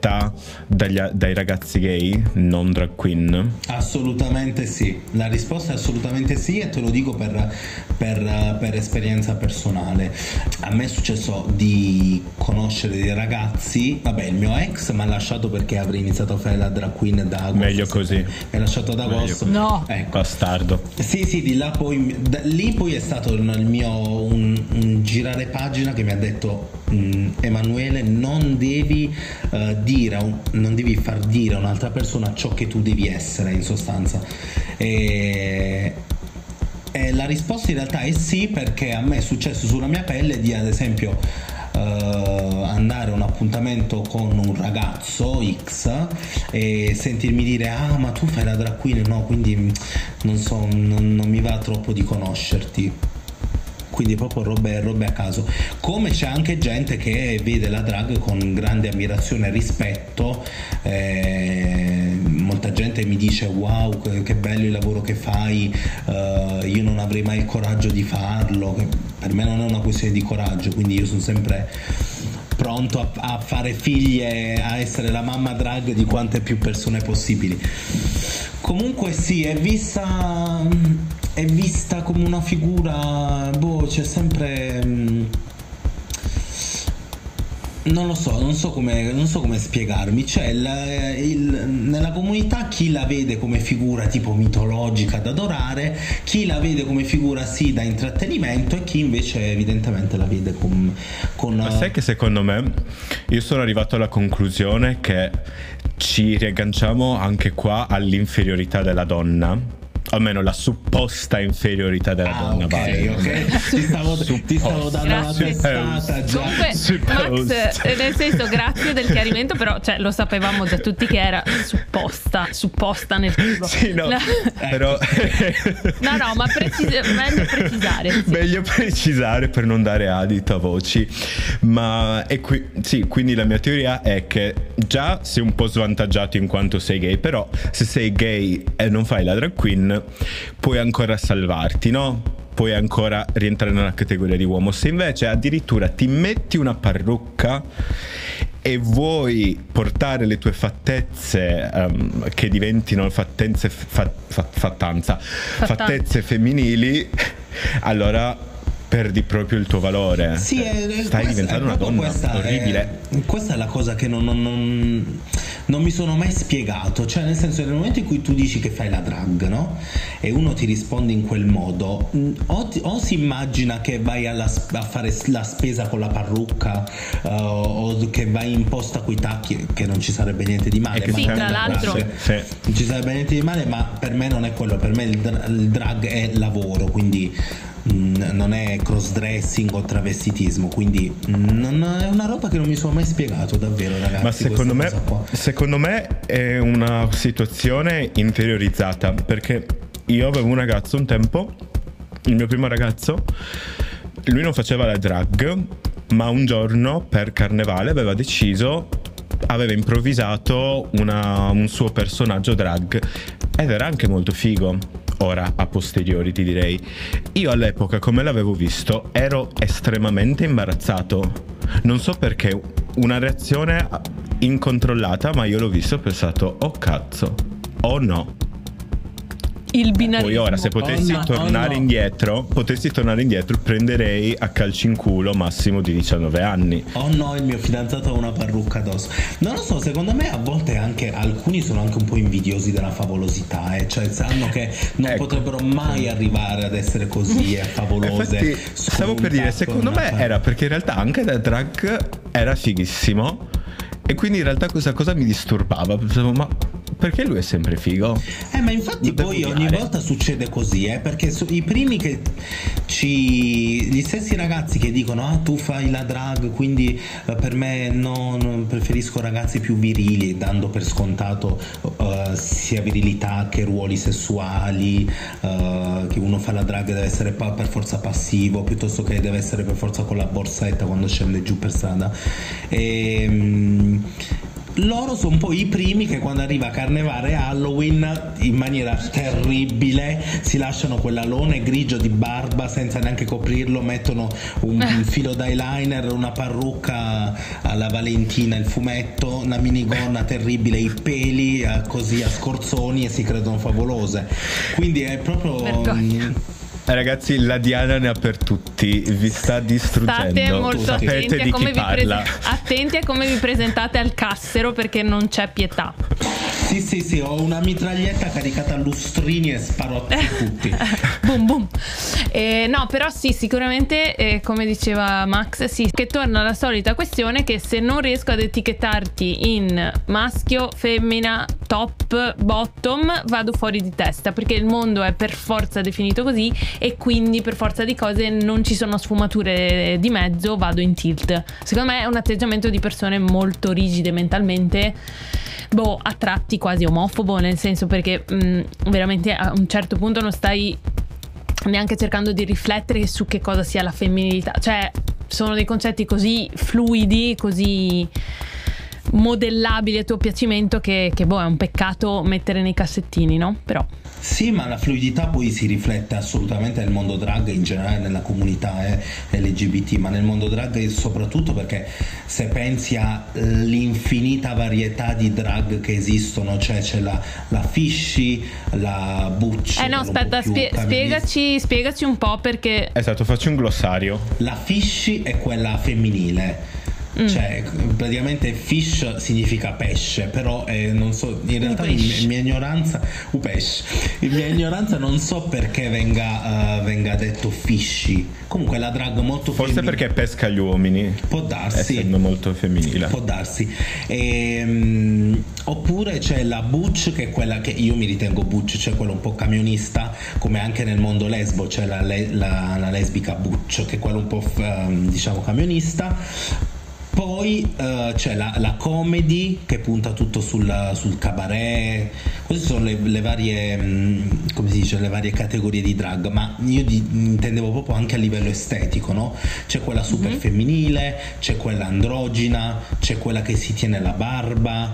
aspetta dagli, dai ragazzi gay non drag queen? Assolutamente sì, la risposta è assolutamente sì, e te lo dico per, per, per esperienza personale. A me è successo di conoscere dei ragazzi, vabbè, il mio ex mi ha lasciato perché avrei iniziato a fare la drag queen da agosto. Meglio così. Mi ha lasciato ad agosto. No. Ecco. Bastardo. Sì, sì, di là poi, da, lì poi è stato il mio un, un girare pagina che mi ha detto mm, Emanuele, non devi uh, dire, un, non devi far dire a un'altra persona ciò che tu devi essere, in sostanza. E, e la risposta in realtà è sì, perché a me è successo sulla mia pelle di, ad esempio, uh, andare a un appuntamento con un ragazzo X e sentirmi dire ah, ma tu fai la drag queen, no, quindi non so, non, non mi va troppo di conoscerti. Quindi proprio robe, robe a caso. Come c'è anche gente che vede la drag con grande ammirazione e rispetto, eh, molta gente mi dice wow, che bello il lavoro che fai, uh, io non avrei mai il coraggio di farlo. Per me non è una questione di coraggio, quindi io sono sempre pronto a, a fare figli e a essere la mamma drag di quante più persone possibili. Comunque sì, è vista è vista come una figura, boh, c'è sempre mh, non lo so, non so come, non so come spiegarmi. C'è il, il, nella comunità chi la vede come figura tipo mitologica da adorare, chi la vede come figura sì da intrattenimento, e chi invece evidentemente la vede con, con... Ma sai che secondo me io sono arrivato alla conclusione che ci riagganciamo anche qua all'inferiorità della donna, almeno la supposta inferiorità della ah, donna. Ok, vale. ok. Ti stavo, ti stavo dando Grazie. una testata già. Comunque, Max, eh, nel senso, grazie del chiarimento, però cioè, lo sapevamo già tutti che era supposta, supposta nel tipo. Sì, no, La... però... no, no, ma precis- meglio precisare. Sì. Meglio precisare per non dare adito a voci. Ma e qui, sì, quindi la mia teoria è che già sei un po' svantaggiato in quanto sei gay, però se sei gay e non fai la drag queen puoi ancora salvarti, no? Puoi ancora rientrare nella categoria di uomo. Se invece addirittura ti metti una parrucca e vuoi portare le tue fattezze um, che diventino fattezze fa, fa, fattanza fattezze femminili, allora perdi proprio il tuo valore. Sì, è, stai diventando una donna orribile. È, questa è la cosa che non, non, non, non mi sono mai spiegato. Cioè, nel senso, nel momento in cui tu dici che fai la drag, no? E uno ti risponde in quel modo, o, ti, o si immagina che vai alla, a fare la spesa con la parrucca, uh, o che vai in posta coi tacchi, che non ci sarebbe niente di male. Che sì, tra l'altro sì. Non ci sarebbe niente di male, ma per me non è quello. Per me il, il drag è lavoro, quindi non è cross dressing o travestitismo, quindi non è una roba che non mi sono mai spiegato davvero, ragazzi. Ma secondo me, secondo me è una situazione interiorizzata, perché io avevo un ragazzo un tempo, il mio primo ragazzo, lui non faceva la drag, ma un giorno per carnevale aveva deciso, aveva improvvisato una, un suo personaggio drag ed era anche molto figo. Ora, a posteriori ti direi, io all'epoca come l'avevo visto ero estremamente imbarazzato, non so perché, una reazione incontrollata, ma io l'ho visto e ho pensato oh cazzo, oh no. Il binarismo. Poi ora se potessi oh no, tornare oh no. indietro potessi tornare indietro prenderei a calci in culo Massimo di diciannove anni. Oh no, il mio fidanzato ha una parrucca addosso. Non lo so, secondo me a volte anche alcuni sono anche un po' invidiosi della favolosità, eh? Cioè sanno che non ecco. potrebbero mai arrivare ad essere così eh, favolose. Infatti, stavo per dire, secondo me par- era perché in realtà anche da drag era fighissimo, e quindi in realtà questa cosa mi disturbava. Pensavo, ma perché lui è sempre figo? Eh, ma infatti Lo poi devo ogni odiare. volta succede così, eh, perché so, i primi che ci gli stessi ragazzi che dicono ah tu fai la drag, quindi eh, per me no, non preferisco ragazzi più virili, dando per scontato uh, sia virilità che ruoli sessuali, uh, che uno fa la drag deve essere pa- per forza passivo, piuttosto che deve essere per forza con la borsetta quando scende giù per strada. E, um, loro però sono poi i primi che quando arriva Carnevale e Halloween in maniera terribile si lasciano quell'alone grigio di barba senza neanche coprirlo, mettono un, un filo d'eyeliner, una parrucca alla Valentina, il fumetto, una minigonna terribile, i peli eh, così a scorzoni e si credono favolose, quindi è proprio Vergogna. Eh, ragazzi, la Diana ne ha per tutti, vi sta distruggendo. State molto Sapete attenti a, di come chi vi parla. prese- attenti a come vi presentate al cassero, perché non c'è pietà. Sì, sì, sì, ho una mitraglietta caricata a lustrini e sparo a tutti. Boom boom. Eh, no, però sì, sicuramente eh, come diceva Max, sì, che torna alla solita questione che se non riesco ad etichettarti in maschio, femmina, top, bottom, vado fuori di testa, perché il mondo è per forza definito così e quindi per forza di cose non ci sono sfumature di mezzo, vado in tilt. Secondo me è un atteggiamento di persone molto rigide mentalmente, boh, a tratti quasi omofobo, nel senso, perché mh, veramente a un certo punto non stai neanche cercando di riflettere su che cosa sia la femminilità, cioè sono dei concetti così fluidi, così modellabili a tuo piacimento che, che boh, è un peccato mettere nei cassettini, no? Però sì, ma la fluidità poi si riflette assolutamente nel mondo drag, in generale nella comunità eh, L G B T, ma nel mondo drag soprattutto perché se pensi all'infinita varietà di drag che esistono, cioè c'è la, la fishy, la butch. Eh no, aspetta, spie- spiegaci, spiegaci un po' perché... Esatto, faccio un glossario. La fishy è quella femminile. Mm. Cioè praticamente fish significa pesce, però eh, non so, in realtà in, in mia ignoranza uh, pesce. in mia ignoranza non so perché venga, uh, venga detto fishy. Comunque la drag molto forse femmin- perché pesca gli uomini, può darsi, essendo molto femminile, può darsi. E, um, oppure c'è la butch, che è quella che io mi ritengo butch, cioè quella un po' camionista, come anche nel mondo lesbo c'è la, le- la, la lesbica butch, che è quella un po' um, diciamo camionista. Poi uh, c'è la, la comedy, che punta tutto sul, sul cabaret. Queste sono le, le varie mh, come si dice, le varie categorie di drag, ma io di, intendevo proprio anche a livello estetico, no? C'è quella super mm-hmm. femminile, c'è quella androgina, c'è quella che si tiene la barba,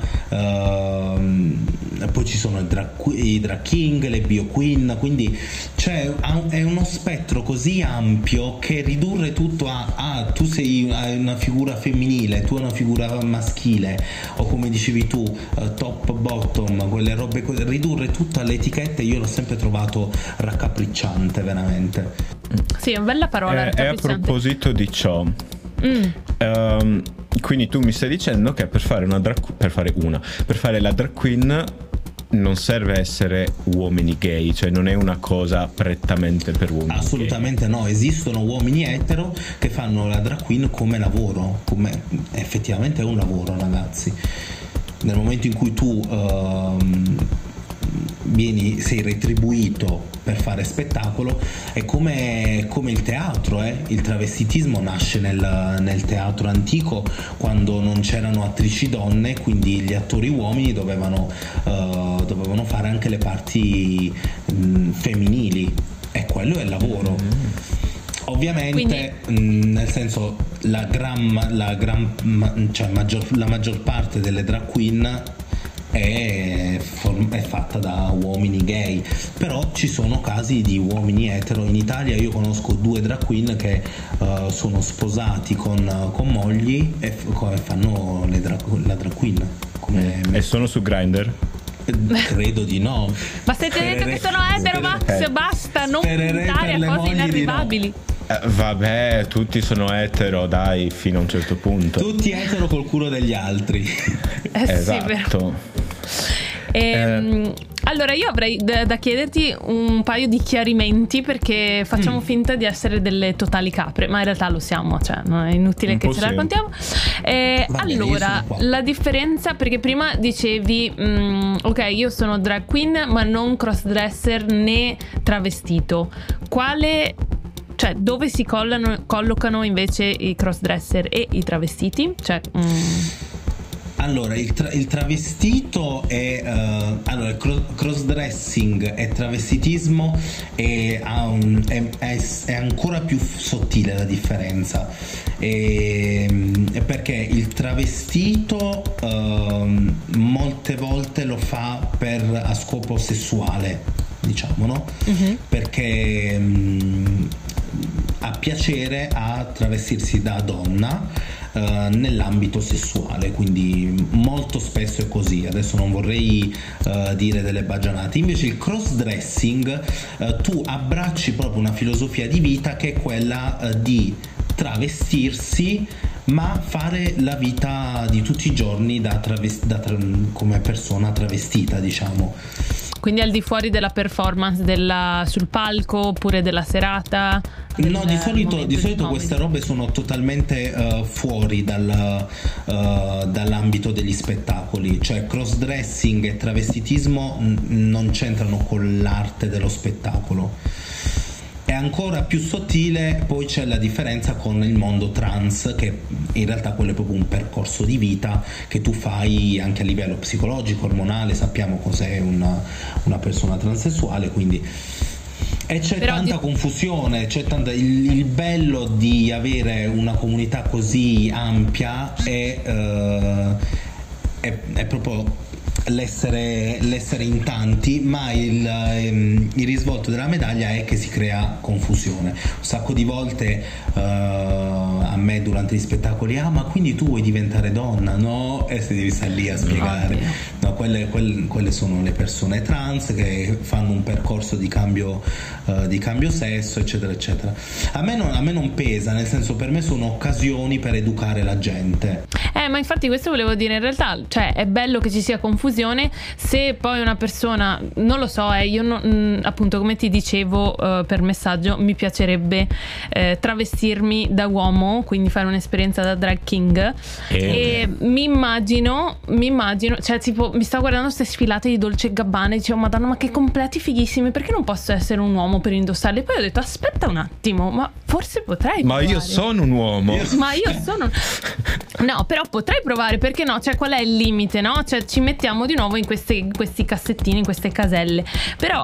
uh, poi ci sono i drag, i drag king, le bio queen, quindi cioè, è uno spettro così ampio che ridurre tutto a ah, tu sei una figura femminile, tu hai una figura maschile, o come dicevi tu uh, top bottom, quelle robe, ridurre tutto alle etichette io l'ho sempre trovato raccapricciante, veramente. Sì, è una bella parola, eh, e a proposito di ciò mm. um, quindi tu mi stai dicendo che per fare una drag per fare una per fare la drag queen non serve essere uomini gay, cioè non è una cosa prettamente per uomini assolutamente gay. No, esistono uomini etero che fanno la drag queen come lavoro, come effettivamente è un lavoro, ragazzi. Nel momento in cui tu um, vieni, sei retribuito per fare spettacolo, è come, come il teatro, eh? Il travestitismo nasce nel, nel teatro antico, quando non c'erano attrici donne, quindi gli attori uomini dovevano, uh, dovevano fare anche le parti mh, femminili, e quello è il lavoro. Mm. Ovviamente, quindi... mh, nel senso, la gran, la, gran ma, cioè maggior, la maggior parte delle drag queen È, form- è fatta da uomini gay, però ci sono casi di uomini etero. In Italia io conosco due drag queen che uh, sono sposati con, con mogli e f- fanno le dra- la drag queen come... E sono su Grindr? Credo di no. Ma se ti hai detto che sono etero, Max, eh, basta, non puntare a cose inarrivabili. Eh, vabbè, tutti sono etero, dai, fino a un certo punto. Tutti etero col culo degli altri. Eh, esatto. Sì, ehm, eh. Allora io avrei da, da chiederti un paio di chiarimenti, perché facciamo mm. finta di essere delle totali capre, ma in realtà lo siamo, cioè non è inutile un che ce la raccontiamo. Eh, bene, allora la differenza, perché prima dicevi mh, ok, io sono drag queen ma non crossdresser né travestito. Quale, cioè dove si collano, collocano invece i crossdresser e i travestiti? Cioè mh. Allora, il, tra- il travestito è uh, allora il cro- crossdressing e travestitismo è, un, è, è, è ancora più sottile la differenza, e, è perché il travestito uh, fa per a scopo sessuale, diciamo, no? Mhm. Perché mh, ha piacere a travestirsi da donna eh, nell'ambito sessuale, quindi molto spesso è così. Adesso non vorrei eh, dire delle baggianate. Invece il cross-dressing, eh, tu abbracci proprio una filosofia di vita che è quella eh, di travestirsi, ma fare la vita di tutti i giorni da traves- da tra- come persona travestita, diciamo. Quindi al di fuori della performance della, sul palco oppure della serata? No, del di solito, momento di solito comedy? queste robe sono totalmente eh, fuori dal, eh, dall'ambito degli spettacoli, cioè cross-dressing e travestitismo n- non c'entrano con l'arte dello spettacolo. È ancora più sottile, poi c'è la differenza con il mondo trans, che in realtà quello è proprio un percorso di vita che tu fai anche a livello psicologico, ormonale, sappiamo cos'è una, una persona transessuale, quindi... E c'è Però tanta di- confusione, c'è tanta, il, il bello di avere una comunità così ampia è, eh, è, è proprio l'essere, l'essere in tanti, ma il, ehm, il risvolto della medaglia è che si crea confusione. Un sacco di volte eh, a me durante gli spettacoli: ah, ma quindi tu vuoi diventare donna? No, e se devi stare lì a spiegare. Oddio. No, quelle, quelle, quelle sono le persone trans che fanno un percorso di cambio, eh, di cambio sesso, eccetera, eccetera. A me, non, a me non pesa, nel senso, per me sono occasioni per educare la gente. Eh, ma infatti questo volevo dire, in realtà, cioè, è bello che ci sia confusione. Se poi una persona, non lo so, eh, io non- mh, appunto, come ti dicevo eh, per messaggio, mi piacerebbe eh, travestirmi da uomo, quindi fare un'esperienza da drag king. E- E mi immagino, mi immagino, cioè tipo mi stavo guardando queste sfilate di Dolce e Gabbana e dicevo: madonna, ma che completi fighissimi, perché non posso essere un uomo per indossarli? Poi ho detto: aspetta un attimo, ma forse potrei Ma io provare. sono un uomo. Io- Ma io sono... No, però potrei provare, perché no? Cioè, qual è il limite, no? Cioè, ci mettiamo di nuovo in, queste, in questi cassettini, in queste caselle. Però,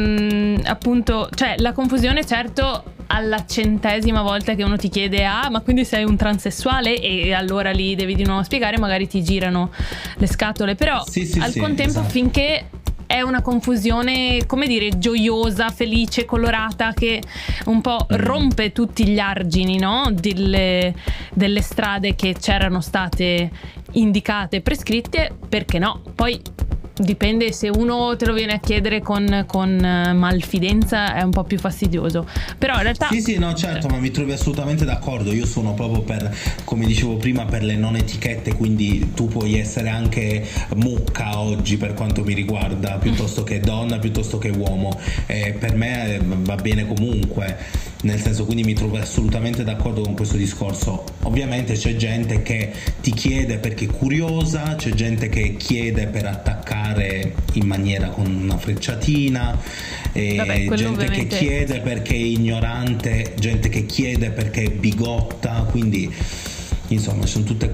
mh, appunto, cioè, la confusione, certo, alla centesima volta che uno ti chiede: ah, ma quindi sei un transessuale? E allora lì devi di nuovo spiegare, magari ti girano le scatole. Però, Sì, sì, al sì, contempo, esatto. finché... è una confusione, come dire, gioiosa, felice, colorata, che un po' rompe tutti gli argini, no? Delle, delle strade che c'erano state indicate, prescritte, perché no? Poi dipende, se uno te lo viene a chiedere con, con eh, malfidenza è un po' più fastidioso. Però in realtà... Sì, sì, no, certo, ma mi trovi assolutamente d'accordo. Io sono proprio per, come dicevo prima, per le non etichette, quindi tu puoi essere anche mucca oggi, per quanto mi riguarda, piuttosto che donna, piuttosto che uomo. Eh, per me eh, va bene comunque, nel senso, quindi mi trovo assolutamente d'accordo con questo discorso. Ovviamente c'è gente che ti chiede perché è curiosa, c'è gente che chiede per attaccare in maniera con una frecciatina, e Vabbè, quello gente che ovviamente chiede sì. perché è ignorante, gente che chiede perché è bigotta, quindi insomma sono tutte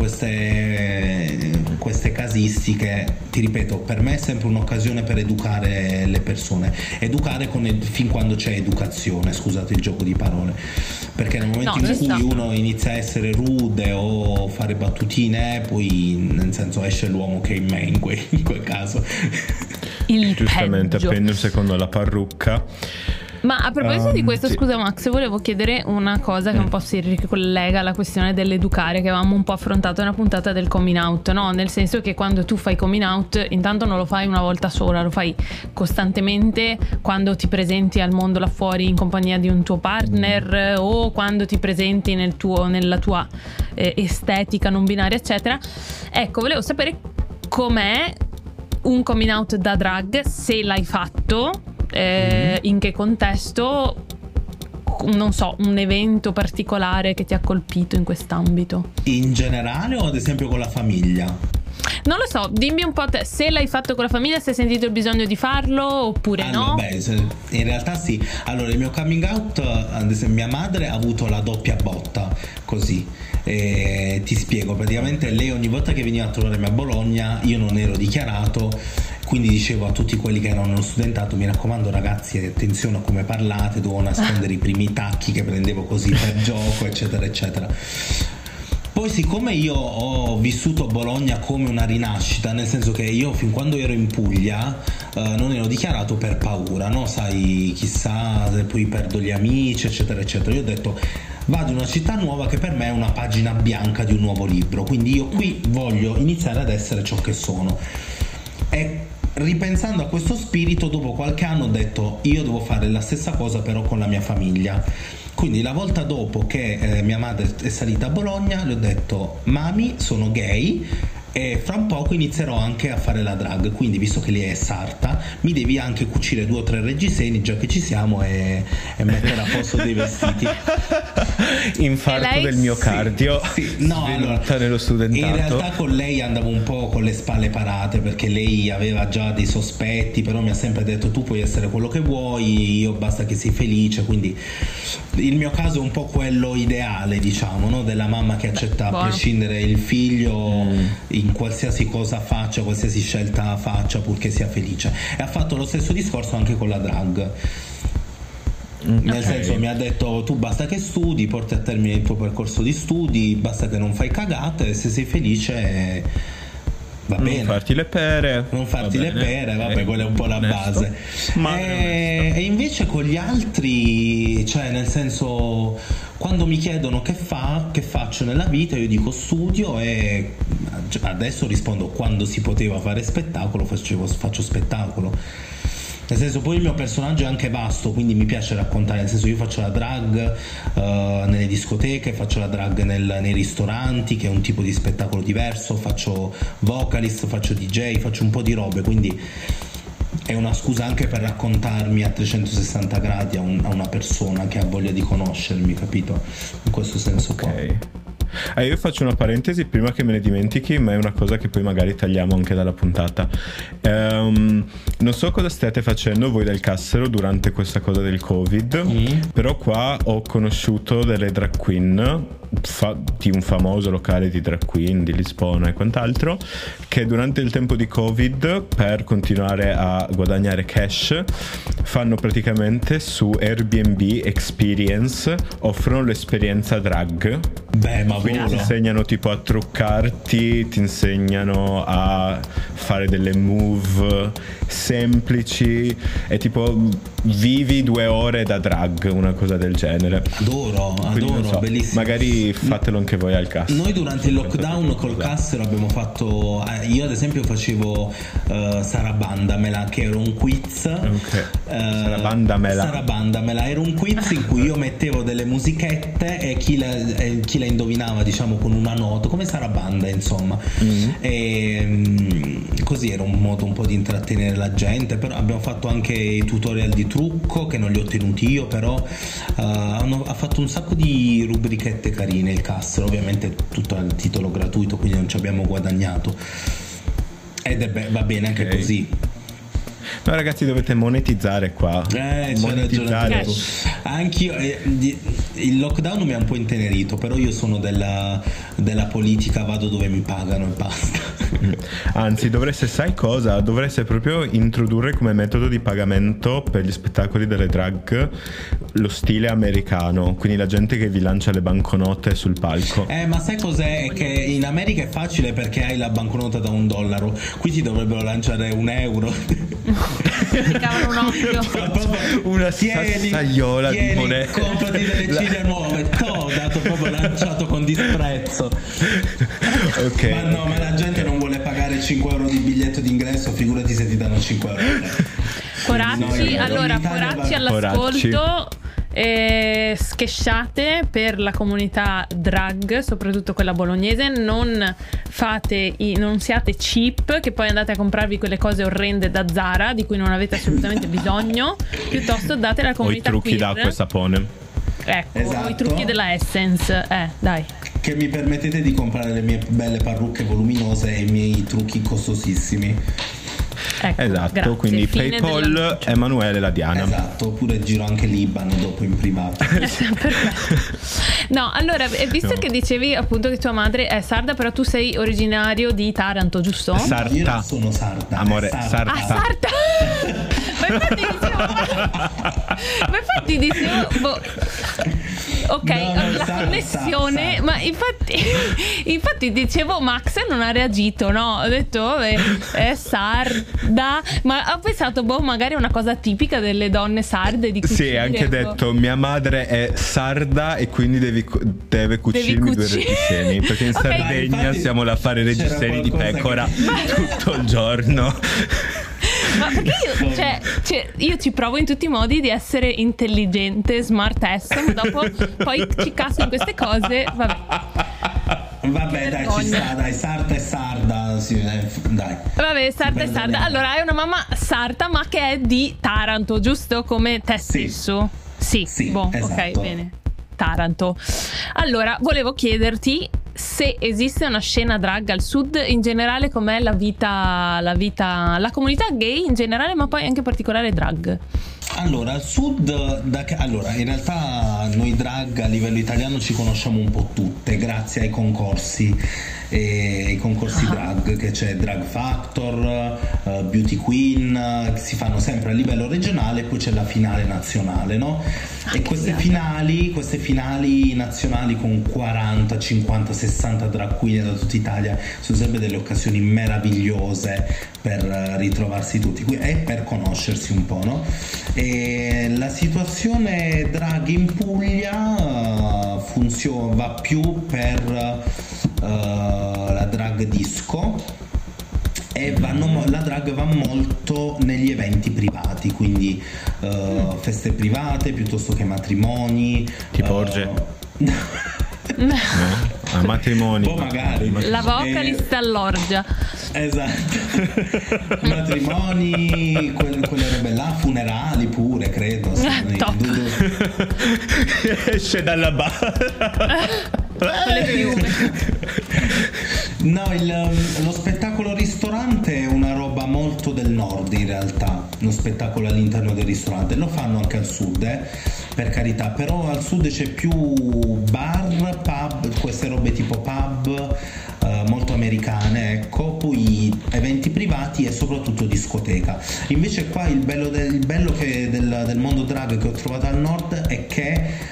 queste, queste casistiche. Ti ripeto, per me è sempre un'occasione per educare le persone, educare con ed- fin quando c'è educazione, scusate il gioco di parole, perché nel momento No, in ci cui sta. uno inizia a essere rude o fare battutine, poi nel senso esce l'uomo che è in me in, que- in quel caso. Il Giustamente, peggio. appendo un secondo alla parrucca. Ma a proposito di Um, questo, sì. scusa Max, volevo chiedere una cosa che un po' si ricollega alla questione dell'educare, che avevamo un po' affrontato nella puntata del coming out, no? Nel senso che quando tu fai coming out, intanto non lo fai una volta sola, lo fai costantemente quando ti presenti al mondo là fuori in compagnia di un tuo partner, o quando ti presenti nel tuo, nella tua eh, estetica non binaria, eccetera. Ecco, volevo sapere com'è un coming out da drag, se l'hai fatto, eh, in che contesto, non so, un evento particolare che ti ha colpito in quest'ambito. In generale o ad esempio con la famiglia? Non lo so, dimmi un po' te, se l'hai fatto con la famiglia, se hai sentito il bisogno di farlo oppure Allora, no. beh, se- in realtà sì. Allora, il mio coming out, ad esempio, mia madre ha avuto la doppia botta, così. E ti spiego, praticamente lei ogni volta che veniva a trovarmi a Bologna, io non ero dichiarato, quindi dicevo a tutti quelli che erano nello studentato: mi raccomando ragazzi, attenzione a come parlate, dovevo nascondere i primi tacchi che prendevo così per gioco, eccetera, eccetera. Poi siccome io ho vissuto Bologna come una rinascita, nel senso che io fin quando ero in Puglia eh, non ero dichiarato per paura, no? Sai, chissà se poi perdo gli amici, eccetera, eccetera. Io ho detto vado in una città nuova che per me è una pagina bianca di un nuovo libro, quindi io qui voglio iniziare ad essere ciò che sono. E ripensando a questo spirito, dopo qualche anno ho detto io devo fare la stessa cosa però con la mia famiglia. Quindi la volta dopo che eh, mia madre è salita a Bologna le ho detto mami, sono gay e fra un poco inizierò anche a fare la drag, quindi visto che lei è sarta mi devi anche cucire due o tre reggiseni già che ci siamo e, e mettere a posto dei vestiti. Infarto lei? del miocardio, sì, sì. No, allora, nello studentato. in realtà con lei andavo un po' con le spalle parate perché lei aveva già dei sospetti, però mi ha sempre detto tu puoi essere quello che vuoi, io basta che sei felice, quindi il mio caso è un po' quello ideale, diciamo, no? Della mamma che accetta a prescindere il figlio mm. in qualsiasi cosa faccia, qualsiasi scelta faccia, purché sia felice. E ha fatto lo stesso discorso anche con la drag. Nel okay. senso mi ha detto tu basta che studi, porti a termine il tuo percorso di studi, basta che non fai cagate e se sei felice va non bene. Non farti le pere. Non farti le pere, vabbè, eh, quella è un po' la onesto. base. Ma e, e invece con gli altri, cioè nel senso quando mi chiedono che fa, che faccio nella vita, io dico studio e adesso rispondo quando si poteva fare spettacolo facevo, faccio spettacolo. Nel senso poi il mio personaggio è anche vasto, quindi mi piace raccontare, nel senso io faccio la drag uh, nelle discoteche, faccio la drag nel, nei ristoranti che è un tipo di spettacolo diverso, faccio vocalist, faccio D J, faccio un po' di robe, quindi è una scusa anche per raccontarmi a trecentosessanta gradi a, un, a una persona che ha voglia di conoscermi, capito? In questo senso okay. qua. Eh, io faccio una parentesi prima che me ne dimentichi, ma è una cosa che poi magari tagliamo anche dalla puntata. Um, non so cosa state facendo voi del Cassero durante questa cosa del Covid, mm. però qua ho conosciuto delle drag queen fa- di un famoso locale di drag queen di Lisbona e quant'altro, che durante il tempo di Covid, per continuare a guadagnare cash, fanno praticamente su Airbnb Experience, offrono l'esperienza drag. Beh, ma quindi ti insegnano tipo a truccarti, ti insegnano a fare delle move semplici e tipo vivi due ore da drag, una cosa del genere. Adoro, quindi, adoro, so, bellissimo. Magari fatelo anche voi al Cassero. Noi durante il lockdown col Cassero abbiamo fatto, io ad esempio facevo uh, Sarabandamela, che era un quiz. Okay. Uh, Sarabandamela. Sarabandamela era un quiz in cui io mettevo delle musichette e chi la, e chi la indovinava, diciamo, con una nota, come Sarabanda, insomma. Mm-hmm. E um, così era un modo un po' di intrattenere la gente. Però abbiamo fatto anche i tutorial di trucco che non li ho tenuti io, però uh, hanno, ha fatto un sacco di rubrichette carine il Cassero, ovviamente tutto al titolo gratuito, quindi non ci abbiamo guadagnato ed è be- va bene anche okay. così. No ragazzi, dovete monetizzare qua. Eh, monetizzare. Anch'io eh, il lockdown mi ha un po' intenerito, però io sono della, della politica, vado dove mi pagano e basta. Anzi, dovreste, sai cosa? Dovreste proprio introdurre come metodo di pagamento per gli spettacoli delle drag lo stile americano, quindi la gente che vi lancia le banconote sul palco. Eh, ma sai cos'è? Che in America è facile perché hai la banconota da un dollaro, qui ti dovrebbero lanciare un euro. Un occhio. Una sassaiola tieni, di monete. Comprati delle ciglia la... nuove. T'ho dato proprio lanciato con disprezzo. Ok. Ma no, ma la gente non vuole pagare cinque euro di biglietto d'ingresso, figurati se ti danno cinque euro. Poracci, allora poracci all'ascolto. E schesciate per la comunità drag, soprattutto quella bolognese, non fate i, non siate cheap che poi andate a comprarvi quelle cose orrende da Zara di cui non avete assolutamente bisogno, piuttosto date alla comunità o i trucchi queer. d'acqua e sapone, esatto. Ecco, o i trucchi della Essence, eh dai, che mi permettete di comprare le mie belle parrucche voluminose e i miei trucchi costosissimi. Ecco, esatto, grazie. quindi Fine PayPal, Emanuele, la Diana. Esatto, oppure giro anche l'I B A N dopo in privato. Perfetto. No, allora, visto no. che dicevi appunto che tua madre è sarda, però tu sei originario di Taranto, giusto? Sarta. Io non sono sarda. Amore, sarda. sarda. Ah, sarda! Ma infatti dicevo... Ma infatti dicevo... Boh. Ok, no, no, la sarda, connessione... sarda. Ma infatti... Infatti dicevo, Max non ha reagito, no? Ho detto, vabbè, è sarda... Ma ho pensato, boh, magari è una cosa tipica delle donne sarde di cucire. Sì, anche detto, mia madre è sarda e quindi devi, deve cucirmi due reggiseni, perché in okay. Sardegna infatti, siamo là a fare reggiseni di pecora che... tutto il giorno. Ma perché io, cioè, cioè, io ci provo in tutti i modi di essere intelligente, smart ass, ma dopo poi ci casco in queste cose, vabbè. Vabbè, dai, ci sta, dai, sarda e sarda, sì, dai. Vabbè, sarda e sarda. Allora, hai una mamma sarda, ma che è di Taranto, giusto? Come te stesso? Sì, sì, sì boh, esatto. Ok, bene. Taranto. Allora, volevo chiederti se esiste una scena drag al sud, in generale com'è la vita, la vita, la comunità gay in generale, ma poi anche in particolare drag. Allora, al sud, da che, allora, in realtà noi drag a livello italiano ci conosciamo un po' tutte, grazie ai concorsi, e, ai concorsi drag, che c'è Drag Factor, uh, Beauty Queen, che si fanno sempre a livello regionale, e poi c'è la finale nazionale, no? E queste finali, queste finali nazionali con quaranta, cinquanta, sessanta drag queen da tutta Italia sono sempre delle occasioni meravigliose per ritrovarsi tutti e per conoscersi un po', no? E la situazione drag in Puglia uh, funziona, va più per uh, la drag disco, e vanno, la drag va molto negli eventi privati, quindi uh, feste private piuttosto che matrimoni, tipo uh, orge. No, a matrimoni. Oh, magari. La vocalist eh, all'orgia. Esatto. Matrimoni, quelle, quelle robe là, funerali pure, credo. Top. Esce dalla barra. Con le piume. No, il, lo spettacolo ristorante è una roba molto del nord in realtà, lo spettacolo all'interno del ristorante, lo fanno anche al sud, eh, per carità, però al sud c'è più bar, pub, queste robe tipo pub, eh, molto americane, ecco, poi eventi privati e soprattutto discoteca. Invece qua il bello del, il bello che del, del mondo drag che ho trovato al nord è che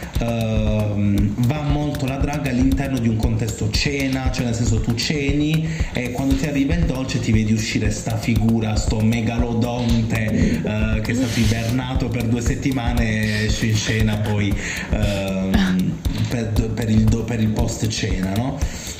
Uh, va molto la drag all'interno di un contesto cena, cioè nel senso tu ceni e quando ti arriva il dolce ti vedi uscire sta figura, sto megalodonte uh, che è stato ibernato per due settimane e esce in scena poi uh, per, per, il, per il post cena, no?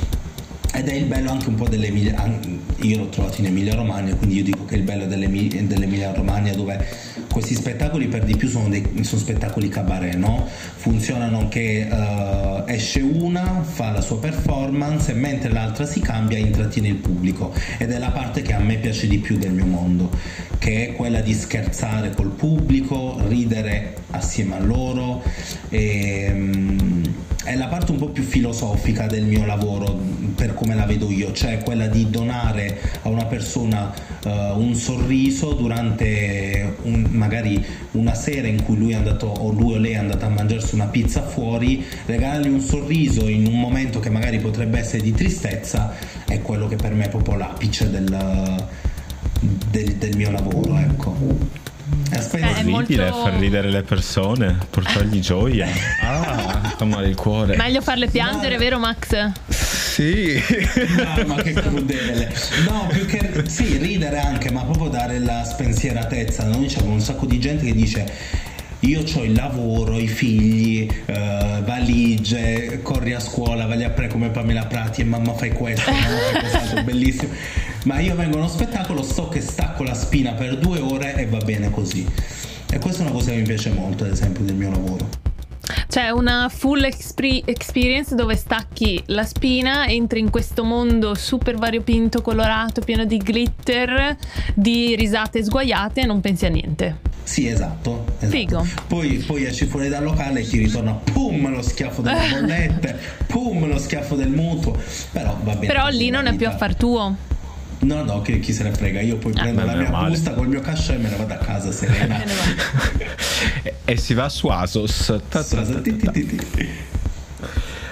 Ed è il bello anche un po' dell'Emilia, io l'ho trovato in Emilia Romagna, quindi io dico che è il bello dell'Emilia Romagna, dove questi spettacoli per di più sono, dei, sono spettacoli cabaret, no? Funzionano che uh, esce una, fa la sua performance e mentre l'altra si cambia intrattiene il pubblico, ed è la parte che a me piace di più del mio mondo, che è quella di scherzare col pubblico, ridere assieme a loro, e, um, è la parte un po' più filosofica del mio lavoro, per come la vedo io, cioè quella di donare a una persona uh, un sorriso durante un, magari una sera in cui lui è andato o lui o lei è andata a mangiarsi una pizza fuori, regalargli un sorriso in un momento che magari potrebbe essere di tristezza, è quello che per me è proprio l'apice del, del, del mio lavoro, ecco. Aspetta, è molto... far ridere le persone, portargli gioia. Ah, fa male il cuore. Meglio farle piangere, no. Vero Max? Sì. No, ma che crudele. No, più che sì, ridere anche, ma proprio dare la spensieratezza. Noi c'è un sacco di gente che dice: io ho il lavoro, i figli, uh, valigie, corri a scuola, vai a pre come Pamela Prati e mamma fai questo, mamma fai quest'altro, bellissimo. Ma io vengo a uno spettacolo, so che stacco la spina per due ore e va bene così. E questa è una cosa che mi piace molto, ad esempio, del mio lavoro. C'è una full exp- experience dove stacchi la spina, entri in questo mondo super variopinto, colorato, pieno di glitter, di risate sguaiate e non pensi a niente. Sì, esatto, esatto. Figo. Poi, poi esci fuori dal locale e ti ritorna pum lo schiaffo delle bollette, pum lo schiaffo del mutuo. Però va bene. Però lì non è più affar tuo. No, no, che chi se ne frega, io poi ah, prendo la mia male. busta col mio cachet e me ne vado a casa serena. e, e si va su Asos. Su Asos.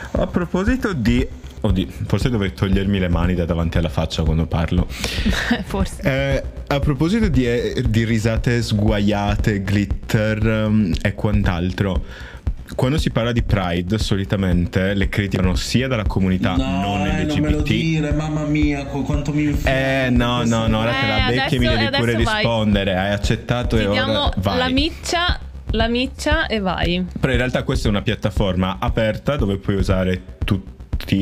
A proposito di... Oddio, forse dovrei togliermi le mani da davanti alla faccia quando parlo. Forse. Eh, a proposito di, di risate sguaiate, glitter um, e quant'altro, quando si parla di Pride solitamente le criticano sia dalla comunità no, non eh, L G B T. Non me lo dire, mamma mia, quanto mi Eh no, no, no, ora te la Eh, becchi e mi adesso- devi pure adesso vai. rispondere. Hai accettato Ti e ora diamo vai. la miccia, la miccia e vai. Però in realtà questa è una piattaforma aperta dove puoi usare tutti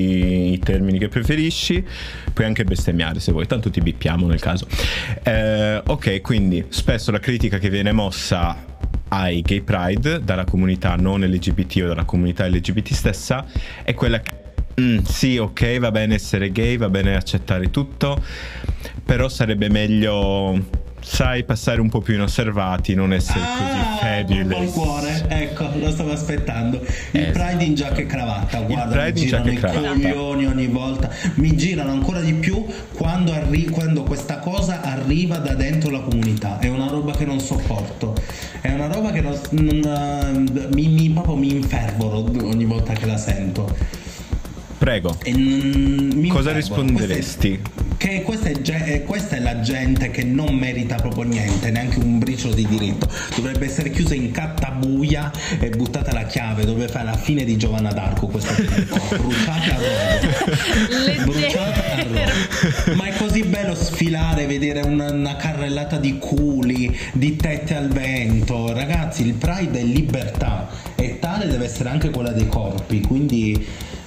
i termini che preferisci, puoi anche bestemmiare se vuoi, tanto ti bippiamo nel caso. Eh, ok, quindi spesso la critica che viene mossa ai gay pride dalla comunità non L G B T o dalla comunità L G B T stessa è quella che mm, sì, ok, va bene essere gay, va bene accettare tutto, però sarebbe meglio, sai, passare un po' più inosservati, non essere ah, così fabulous. il cuore, ecco, lo stavo aspettando. Il Eh, Pride in giacca e cravatta, guarda, Pride mi in girano giacca e i cravatta. coglioni ogni volta. Mi girano ancora di più quando, arri- quando questa cosa arriva da dentro la comunità. È una roba che non sopporto. È una roba che non, non, mi, mi, proprio mi infervoro ogni volta che la sento. Prego. E, mm, mi Cosa infervoro. risponderesti? Questa è, che questa è, ge- eh, questa è la gente che non merita proprio niente, neanche un briciolo di diritto. Dovrebbe essere chiusa in cattabuia e buttata la chiave. Dove fa la fine di Giovanna d'Arco questa gente. Bruciate a rogo. Bruciate a rogo. Ma è così bello sfilare, vedere una, una carrellata di culi, di tette al vento. Ragazzi, il Pride è libertà e tale deve essere anche quella dei corpi. Quindi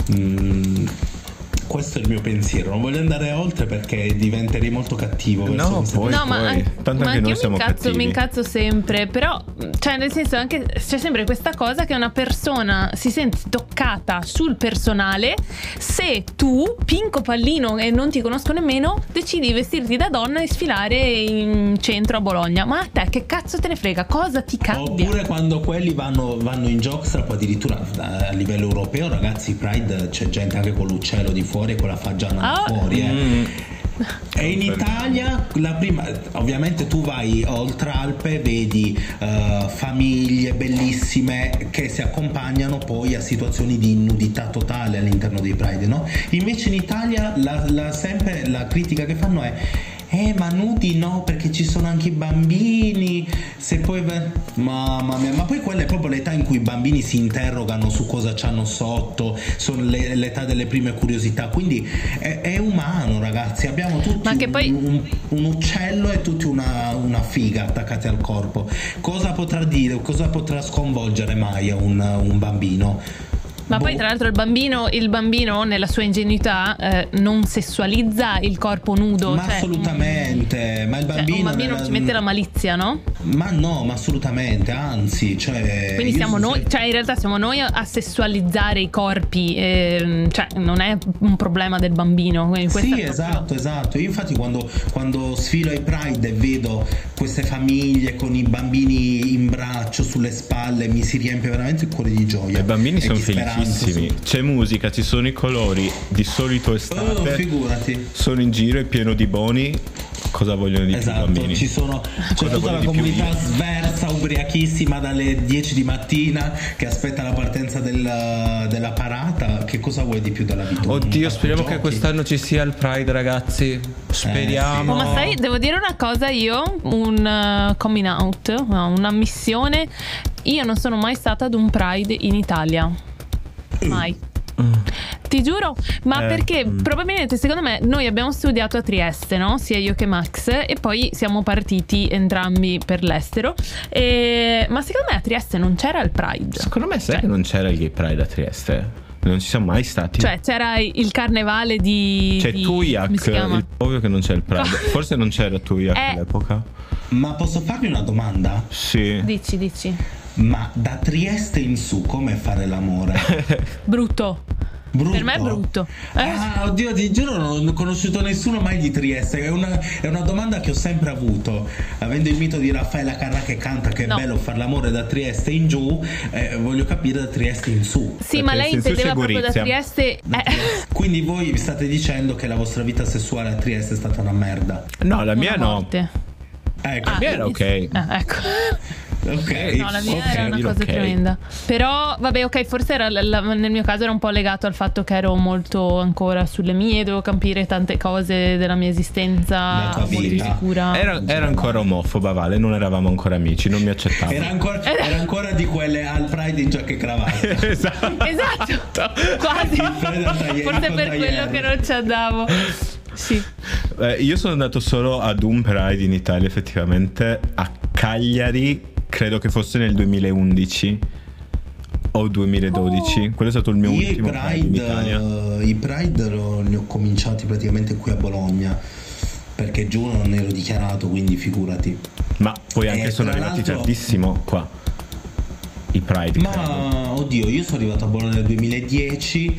mm, questo è il mio pensiero. Non voglio andare oltre perché diventerei molto cattivo verso No, queste poi, No, ma, poi. an- Tanto ma anche noi io siamo mi incazzo, cattivi. mi incazzo sempre. Però, cioè, nel senso, anche c'è sempre questa cosa che una persona si sente toccata sul personale se tu, Pinco Pallino, e non ti conosco nemmeno, decidi di vestirti da donna e sfilare in centro a Bologna. Ma a te che cazzo te ne frega? Cosa ti cambia? Oppure quando quelli vanno, vanno in jockstrap, addirittura a livello europeo, ragazzi, Pride c'è gente anche con l'uccello di fuori e con la fagiana Ah. fuori, eh. Mm. E in Italia la prima, ovviamente tu vai oltre Alpe, vedi uh, famiglie bellissime che si accompagnano poi a situazioni di nudità totale all'interno dei Pride, no? Invece in Italia la, la, sempre la critica che fanno è Eh ma nudi no, perché ci sono anche i bambini. Se poi mamma mia, ma poi quella è proprio l'età in cui i bambini si interrogano su cosa c'hanno sotto, sono le, l'età delle prime curiosità. Quindi è, è umano, ragazzi. Abbiamo tutti Ma che un, poi- un, un uccello e tutti una, una figa attaccati al corpo. Cosa potrà dire, cosa potrà sconvolgere mai un, un bambino? Ma Boh. poi tra l'altro il bambino, il bambino nella sua ingenuità eh, non sessualizza il corpo nudo. Ma cioè, assolutamente, ma il cioè, bambino un bambino nella- non ci mette la malizia, no? Ma no, ma assolutamente, anzi, cioè Quindi io siamo so- noi, cioè in realtà siamo noi a- a sessualizzare i corpi, ehm, cioè non è un problema del bambino. quindi questa Sì, è proprio- esatto, esatto. Io infatti quando, quando sfilo ai Pride e vedo queste famiglie con i bambini in braccio, sulle spalle, mi si riempie veramente il cuore di gioia. I bambini e sono di speranza, felicissimi. su- C'è musica, ci sono i colori. Di solito Oh, estate figurati. sono in giro, è pieno di boni. Cosa vogliono di più i Esatto, bambini? ci sono, c'è Cosa tutta voglio la di più comunità io? sversa, ubriachissima dalle dieci di mattina che aspetta la partenza del- della parata. Che cosa vuoi di più dalla vita? Oddio, Un speriamo parco che giochi? quest'anno ci sia il Pride, ragazzi. Speriamo. Oh, ma sai, devo dire una cosa io, un uh, coming out, no, un'ammissione. Io non sono mai stata ad un Pride in Italia. Mai. Ti giuro, ma Eh, perché mm. probabilmente secondo me noi abbiamo studiato a Trieste, no? Sia io che Max, e poi siamo partiti entrambi per l'estero. E... Ma secondo me a Trieste non c'era il Pride. Secondo me sai Cioè- che non c'era il Gay Pride a Trieste. Non ci siamo mai stati. Cioè c'era il carnevale di... C'è di... Tuiac, come si chiama? il- ovvio che non c'è il Pride. Forse non c'era Tuiac Eh. all'epoca. Ma posso farvi una domanda? Sì. Dici, dici. Ma da Trieste in su come fare l'amore? Brutto. Brutto. Per me è brutto. Eh. Ah, oddio, ti giuro, non ho conosciuto nessuno mai di Trieste. È una, è una domanda che ho sempre avuto. Avendo il mito di Raffaella Carrà che canta che è No. bello far l'amore da Trieste in giù, eh, voglio capire da Trieste in su. Sì, ma Perché lei se tu intendeva sei proprio da Gorizia. Trieste. Da eh. Trieste. Quindi voi mi state dicendo che la vostra vita sessuale a Trieste è stata una merda. No, la mia Una no. morte. Ecco. Ah, mia era ok. Ah, ecco. Ok, No, la mia ok, era una cosa ok. tremenda. Però, vabbè, ok, forse era la- la- nel mio caso era un po' legato al fatto che ero molto ancora sulle mie, dovevo capire tante cose della mia esistenza, Della tua molto vita. insicura. Era, era ancora omofoba, Vale, non eravamo ancora amici, non mi accettava. Era ancora, era ancora di quelle al Pride in giacca e cravatta. Esatto. Esatto, quasi. Il Fred al tagliere- Forse il per quello tagliere. che non ci andavo. Sì. Eh, io sono andato solo ad un Pride in Italia, effettivamente, a Cagliari, credo che fosse nel duemilaundici o duemiladodici. Oh. Quello è stato il mio Io i ultimo Pride in Italia. Pride, i Pride lo- li ho cominciati praticamente qui a Bologna, perché giù non ero dichiarato, quindi figurati. Ma poi anche Eh, sono tra arrivati l'altro- tardissimo qua. I Pride. credo. Ma oddio, io sono arrivato a Bologna nel duemiladieci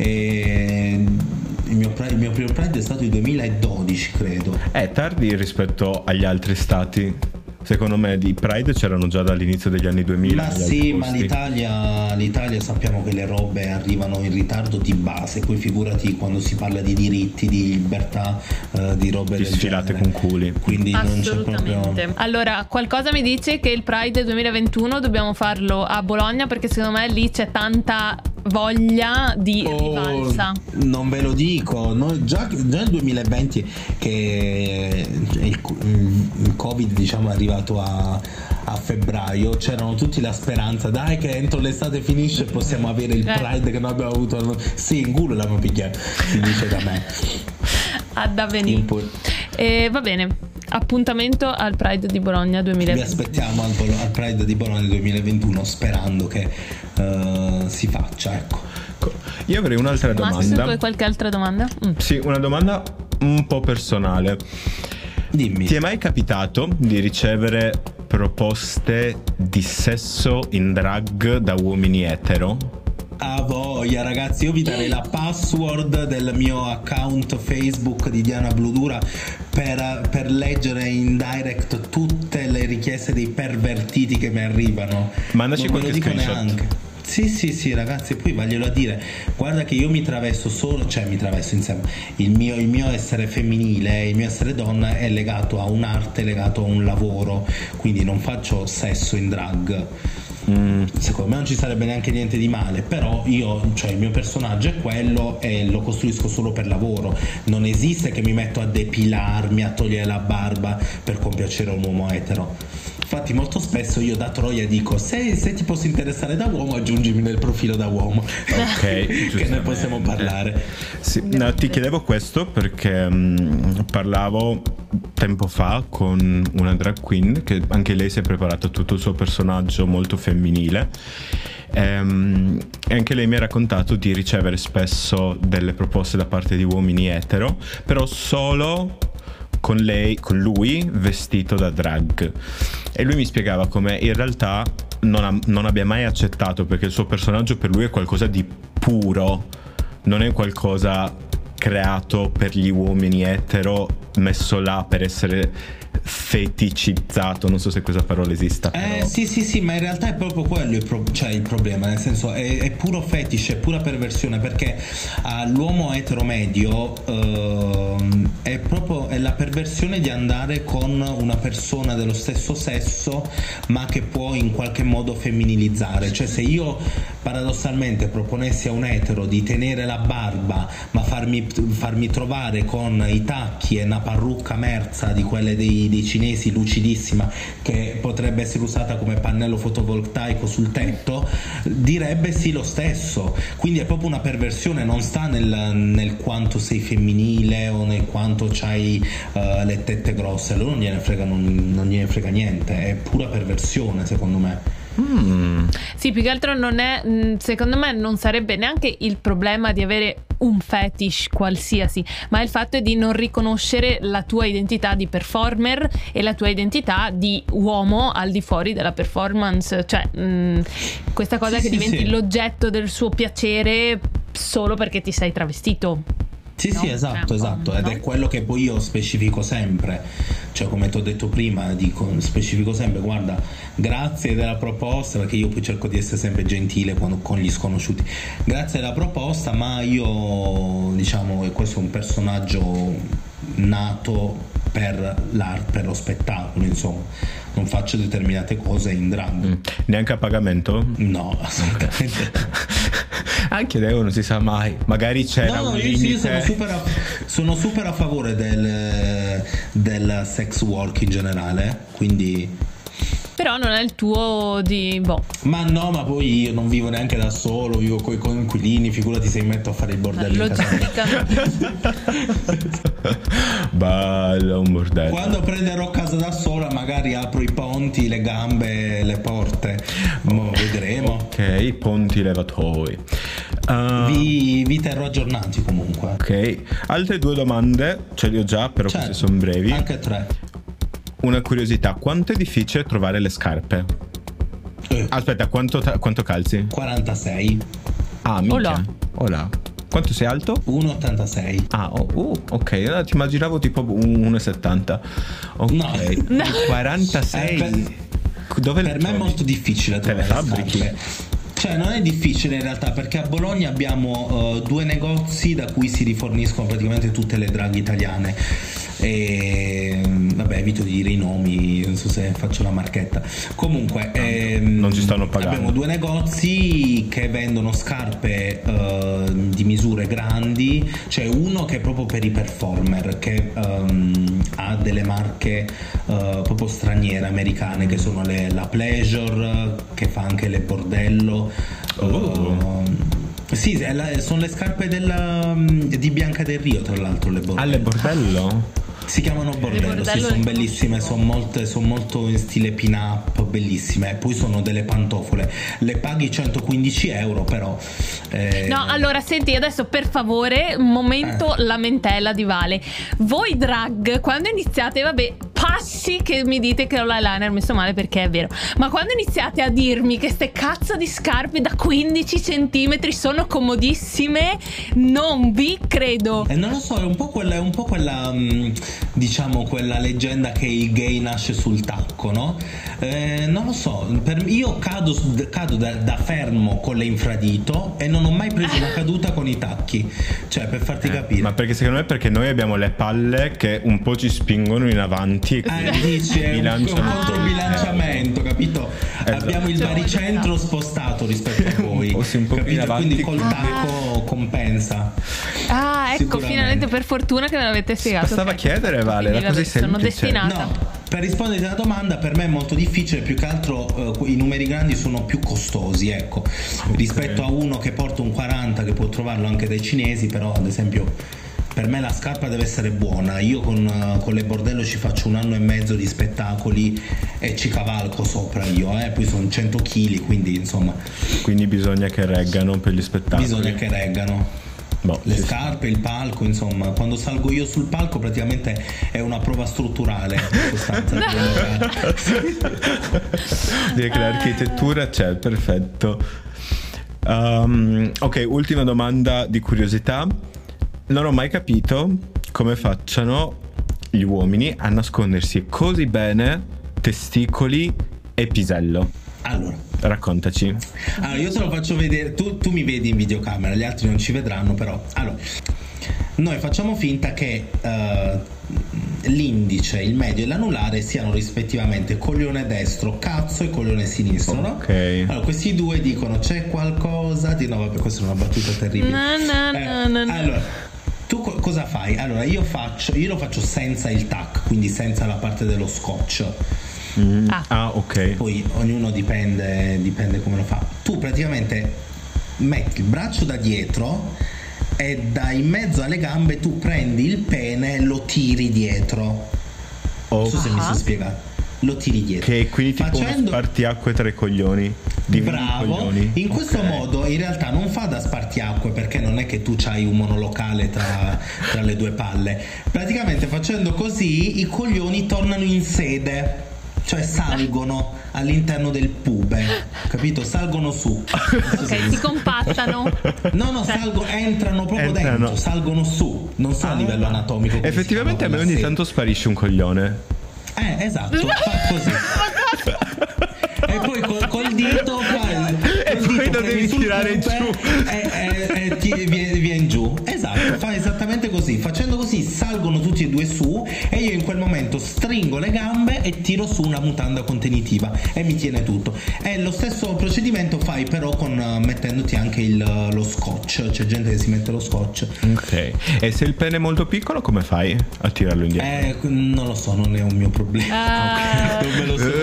e il mio, Pride- il mio primo Pride è stato il duemiladodici, credo. È tardi rispetto agli altri stati. Secondo me di Pride c'erano già dall'inizio degli anni duemila. Ma agli sì, altri ma posti. l'Italia, l'Italia sappiamo che le robe arrivano in ritardo di base, poi figurati quando si parla di diritti, di libertà, eh, di robe Di del sfilate genere. con culi. Quindi non c'è Assolutamente. proprio... Allora, qualcosa mi dice che il Pride duemilaventuno dobbiamo farlo a Bologna, perché secondo me lì c'è tanta voglia di rivalsa. Oh, non ve lo dico, noi già, già nel duemilaventi che il, il Covid diciamo è arrivato a, a febbraio, c'erano tutti la speranza, dai che entro l'estate finisce e possiamo avere il Eh. Pride che noi abbiamo avuto. Sì, in culo l'abbiamo picchiato, si dice da me. Ad avvenire. In po- E va bene, appuntamento al Pride di Bologna Vi duemilaventi. aspettiamo al, Bolo- al Pride di Bologna duemilaventuno sperando che eh, si faccia, ecco. Io avrei un'altra Max, domanda. tu hai qualche altra domanda? Mm. Sì, una domanda un po' personale. Dimmi. Ti è mai capitato di ricevere proposte di sesso in drag da uomini etero? A voglia ragazzi, io vi darei la password del mio account Facebook di Diana Bludura per, per leggere in direct tutte le richieste dei pervertiti che mi arrivano. Mandaci Non ve qualche lo dico screenshot. neanche. Sì sì sì ragazzi, poi vaglielo a dire, guarda che io mi travesto solo, cioè mi travesto insieme, il mio, il mio essere femminile, il mio essere donna è legato a un'arte, legato a un lavoro, quindi non faccio sesso in drag. Mm. Secondo me non ci sarebbe neanche niente di male, però io, cioè il mio personaggio è quello e lo costruisco solo per lavoro. Non esiste che mi metto a depilarmi, a togliere la barba per compiacere un uomo etero. Infatti molto spesso io da Troia dico se, se ti posso interessare da uomo aggiungimi nel profilo da uomo. Ok, che ne giustamente. possiamo parlare. Sì, no, ti chiedevo questo perché mm, parlavo tempo fa con una drag queen che anche lei si è preparata tutto il suo personaggio molto femminile. Ehm, e anche lei mi ha raccontato di ricevere spesso delle proposte da parte di uomini etero, però solo con lei, con lui vestito da drag, e lui mi spiegava come in realtà non, ha- non abbia mai accettato, perché il suo personaggio per lui è qualcosa di puro, non è qualcosa creato per gli uomini etero, messo là per essere feticizzato, non so se questa parola esista. Eh però- sì sì sì, ma in realtà è proprio quello il, pro- cioè, il problema, nel senso è, è puro fetish, è pura perversione, perché all'uomo etero medio ehm, è proprio è la perversione di andare con una persona dello stesso sesso ma che può in qualche modo femminilizzare. Cioè se io paradossalmente proponessi a un etero di tenere la barba ma farmi, farmi trovare con i tacchi e una parrucca merza di quelle dei, dei cinesi lucidissima che potrebbe essere usata come pannello fotovoltaico sul tetto, direbbe sì lo stesso. Quindi è proprio una perversione, non sta nel, nel quanto sei femminile o nel quanto c'hai uh, le tette grosse, loro non gliene frega, non, non gliene frega niente, è pura perversione secondo me. Mm. Sì, più che altro non è, mh, secondo me non sarebbe neanche il problema di avere un fetish qualsiasi, ma il fatto è di non riconoscere la tua identità di performer e la tua identità di uomo al di fuori della performance. Cioè mh, questa cosa Sì, che sì, diventi sì. l'oggetto del suo piacere solo perché ti sei travestito. Sì, No? sì, esatto, Eh, esatto, no? ed è quello che poi io specifico sempre, cioè come ti ho detto prima, dico, specifico sempre, guarda, grazie della proposta, perché io poi cerco di essere sempre gentile quando, con gli sconosciuti, grazie della proposta, ma io, diciamo, e questo è un personaggio nato per l'arte, per lo spettacolo, insomma. Non faccio determinate cose in drag. Mm. Neanche a pagamento? No, assolutamente. Anche lei non si sa mai. Magari c'era no, un io, limite. io sono super a, sono super a favore del, del sex work in generale, quindi. Però non è il tuo di boh. Ma no, ma poi io non vivo neanche da solo, vivo coi coinquilini, figurati se mi metto a fare il bordello in casa. Bello, un bordello. Quando prenderò casa da sola magari apro i ponti, le gambe, le porte. Mo vedremo. Ok, ponti levatoi. Uh, vi, vi terrò aggiornati comunque. Ok, altre due domande, ce le ho già, però certo, queste sono brevi. Anche tre. Una curiosità, quanto è difficile trovare le scarpe? Eh. Aspetta, quanto, quanto calzi? quarantasei. Ah, minchia. Olà. Olà. Quanto sei alto? uno virgola ottantasei. Ah, oh, uh, ok, ti immaginavo tipo uno virgola settanta. Ok, No. quarantasei. Eh, per, Dove per me è molto difficile Te le trovare le fabbrichi? scarpe. Cioè non è difficile in realtà, perché a Bologna abbiamo uh, due negozi da cui si riforniscono praticamente tutte le drag italiane. E vabbè, evito di dire i nomi, non so se faccio la marchetta. Comunque ehm, non ci stanno pagando. Abbiamo due negozi che vendono scarpe uh, di misure grandi. C'è uno che è proprio per i performer, che um, ha delle marche uh, proprio straniere, americane, che sono le, la Pleasure, che fa anche le Bordello. Oh. Uh, sì, la, sono le scarpe della, di Bianca Del Rio, tra l'altro, le Bordello. Ah, le Bordello? Si chiamano Bordello, Bordello sì, sono le bellissime, sono molte, sono molto in stile pin-up, bellissime. E poi sono delle pantofole, le paghi centoquindici euro però. Eh... No, allora senti, adesso per favore, momento Eh. lamentela di Vale. Voi drag, quando iniziate, vabbè, passi che mi dite che ho l'eyeliner messo male, perché è vero. Ma quando iniziate a dirmi che ste cazzo di scarpe da quindici centimetri sono comodissime, non vi credo. Eh, non lo so, è un po' quella, è un po' quella mh, diciamo quella leggenda che il gay nasce sul tacco, no? Eh, non lo so, per, io cado, cado da, da fermo con le infradito e non ho mai preso una caduta con i tacchi, cioè per farti Eh, capire. ma perché secondo me perché noi abbiamo le palle che un po' ci spingono in avanti e Eh, quindi dici, è un, bilanciano un tutto. controbilanciamento, capito? Esatto. Abbiamo il baricentro spostato rispetto a voi, Un po' sì, un po' più in capito? avanti. Quindi col tacco compensa. Ah, ecco, Sicuramente. finalmente, per fortuna che me l'avete spiegato. Bastava ok. chiedere, Vale, Quindi, era così vabbè, sono semplice. destinata. No, per rispondere alla domanda, per me è molto difficile, più che altro eh, i numeri grandi sono più costosi, ecco, rispetto a uno che porta un quaranta, che può trovarlo anche dai cinesi, però ad esempio per me la scarpa deve essere buona. Io con, uh, con le Bordello ci faccio un anno e mezzo di spettacoli e ci cavalco sopra io, eh? Poi sono cento chili, quindi insomma Quindi bisogna che reggano per gli spettacoli. bisogna che reggano. Boh, Le sì, scarpe, il palco, insomma, quando salgo io sul palco praticamente è una prova strutturale in sostanza. Direi che l'architettura c'è, perfetto. Um, ok, ultima domanda di curiosità. Non ho mai capito come facciano gli uomini a nascondersi così bene testicoli e pisello. Allora, Raccontaci. allora io te lo faccio vedere, tu, tu mi vedi in videocamera, gli altri non ci vedranno, però. Allora, noi facciamo finta che uh, l'indice, il medio e l'anulare siano rispettivamente coglione destro, cazzo e coglione sinistro, no? Ok. Allora, questi due dicono c'è qualcosa di... No, vabbè, questa è una battuta terribile. No, no, Eh, no, no, no. Allora, tu co- cosa fai? Allora, io faccio, io lo faccio senza il tac, quindi senza la parte dello scotch. Mm. Ah. Ah, ok. Poi ognuno dipende, dipende come lo fa. Tu praticamente metti il braccio da dietro e da in mezzo alle gambe tu prendi il pene e lo tiri dietro. Non so se mi Ah. sono spiegato. Lo tiri dietro. Che è quindi tipo Facendo- uno spartiacque tra i coglioni. Dividi i Bravo, coglioni. in questo Ok. modo in realtà non fa da spartiacque, perché non è che tu c'hai un monolocale tra, tra le due palle. Praticamente facendo così i coglioni tornano in sede, cioè salgono all'interno del pube, capito? Salgono su. Ok, si compattano. No, no, salgo, entrano proprio Entrano. dentro, salgono su, non so a livello anatomico. come Effettivamente a si me chiama ogni quella tanto sparisce un coglione. sede. Eh, esatto, fa così. E poi col, col dito fai, col dito lo devi tirare giù e, e, e ti viene, viene giù. Esatto, fa esattamente così. Facendo così salgono tutti e due su e io in quel momento stringo le gambe e tiro su una mutanda contenitiva e mi tiene tutto. E lo stesso procedimento fai però con mettendoti anche il, lo scotch. C'è gente che si mette lo scotch. Ok. E se il pene è molto piccolo, come fai a tirarlo indietro? Eh, non lo so, non è un mio problema. Ah. Non me lo so.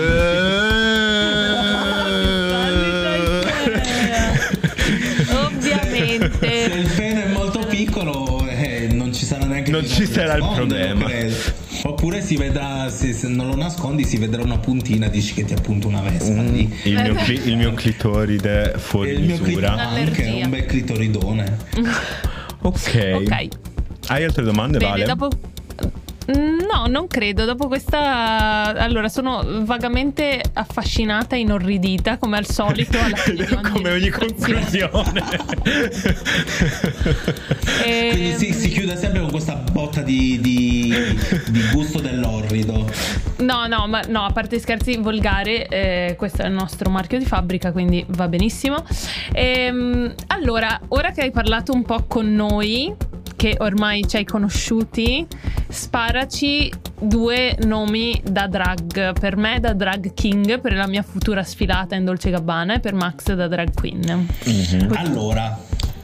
Ovviamente. Se il pene è molto piccolo, eh, non ci sarà neanche non ci sarà il problema. Oppure si vedrà, se, se non lo nascondi, si vedrà una puntina, dici che ti appunto una vespa mm. lì. Il mio, cli- il mio clitoride fuori il mio misura. Clit- anche un bel clitoridone. Ok. Ok. Hai altre domande, Bene, Vale? dopo... No, non credo. Dopo questa, allora, sono vagamente affascinata e inorridita, come al solito. Alla fine di ogni come ogni conclusione. e... Quindi si, si chiude sempre con questa botta di, di, di gusto dell'orrido. No, no, ma no, a parte scherzi, volgare. Eh, questo è il nostro marchio di fabbrica, quindi va benissimo. Ehm, allora, ora che hai parlato un po' con noi, che ormai ci hai conosciuti, sparaci due nomi da drag. Per me da drag king, per la mia futura sfilata in Dolce Gabbana, e per Max da drag queen. Mm-hmm. Allora,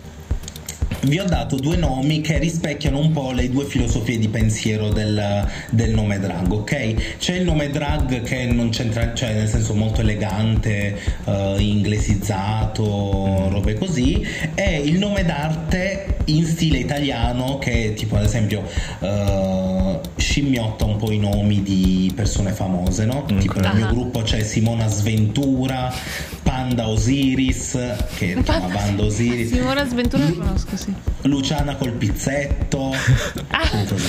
vi ho dato due nomi che rispecchiano un po' le due filosofie di pensiero del, del nome drag, ok? C'è il nome drag che non c'entra, cioè nel senso molto elegante, uh, inglesizzato, robe così, e il nome d'arte in stile italiano che tipo ad esempio uh, scimmiotta un po' i nomi di persone famose, no? Okay. Tipo nel mio gruppo c'è Simona Sventura, Panda Osiris, che si chiama Panda Osiris. Simona Sventura la conosco, sì. Luciana col pizzetto. Ah.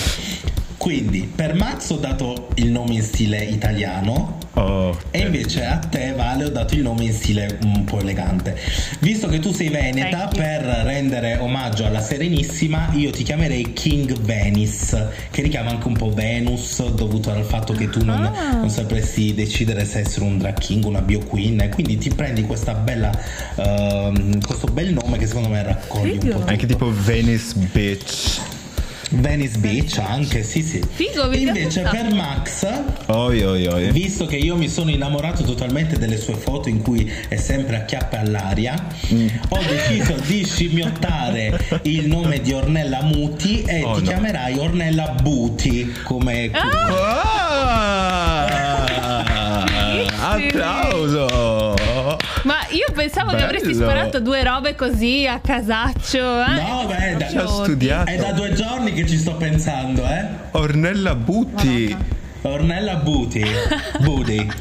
Quindi per Max ho dato il nome in stile italiano, oh, e invece a te, Vale, ho dato il nome in stile un po' elegante. Visto che tu sei veneta, per rendere omaggio alla Serenissima io ti chiamerei King Venice, che richiama anche un po' Venus, dovuto al fatto che tu non, ah. non sapresti decidere se essere un drag king, una bio queen, e quindi ti prendi questa bella uh, questo bel nome che secondo me raccoglie Figlio. un po' anche tipo Venice Beach. Venice Beach anche, sì sì. Figo, mi invece piace per Max, oi, oi, oi. visto che io mi sono innamorato totalmente delle sue foto in cui è sempre a chiappe all'aria, mm. ho deciso di scimmiottare il nome di Ornella Muti e oh, ti no. chiamerai Ornella Buti come ah! Ah! Applauso. Ma io pensavo Bello. che avresti sparato due robe così a casaccio, eh? No, beh, da, Ci ho studiato. è da due giorni che ci sto pensando, eh. Ornella Butti. Ornella Buti. Buti.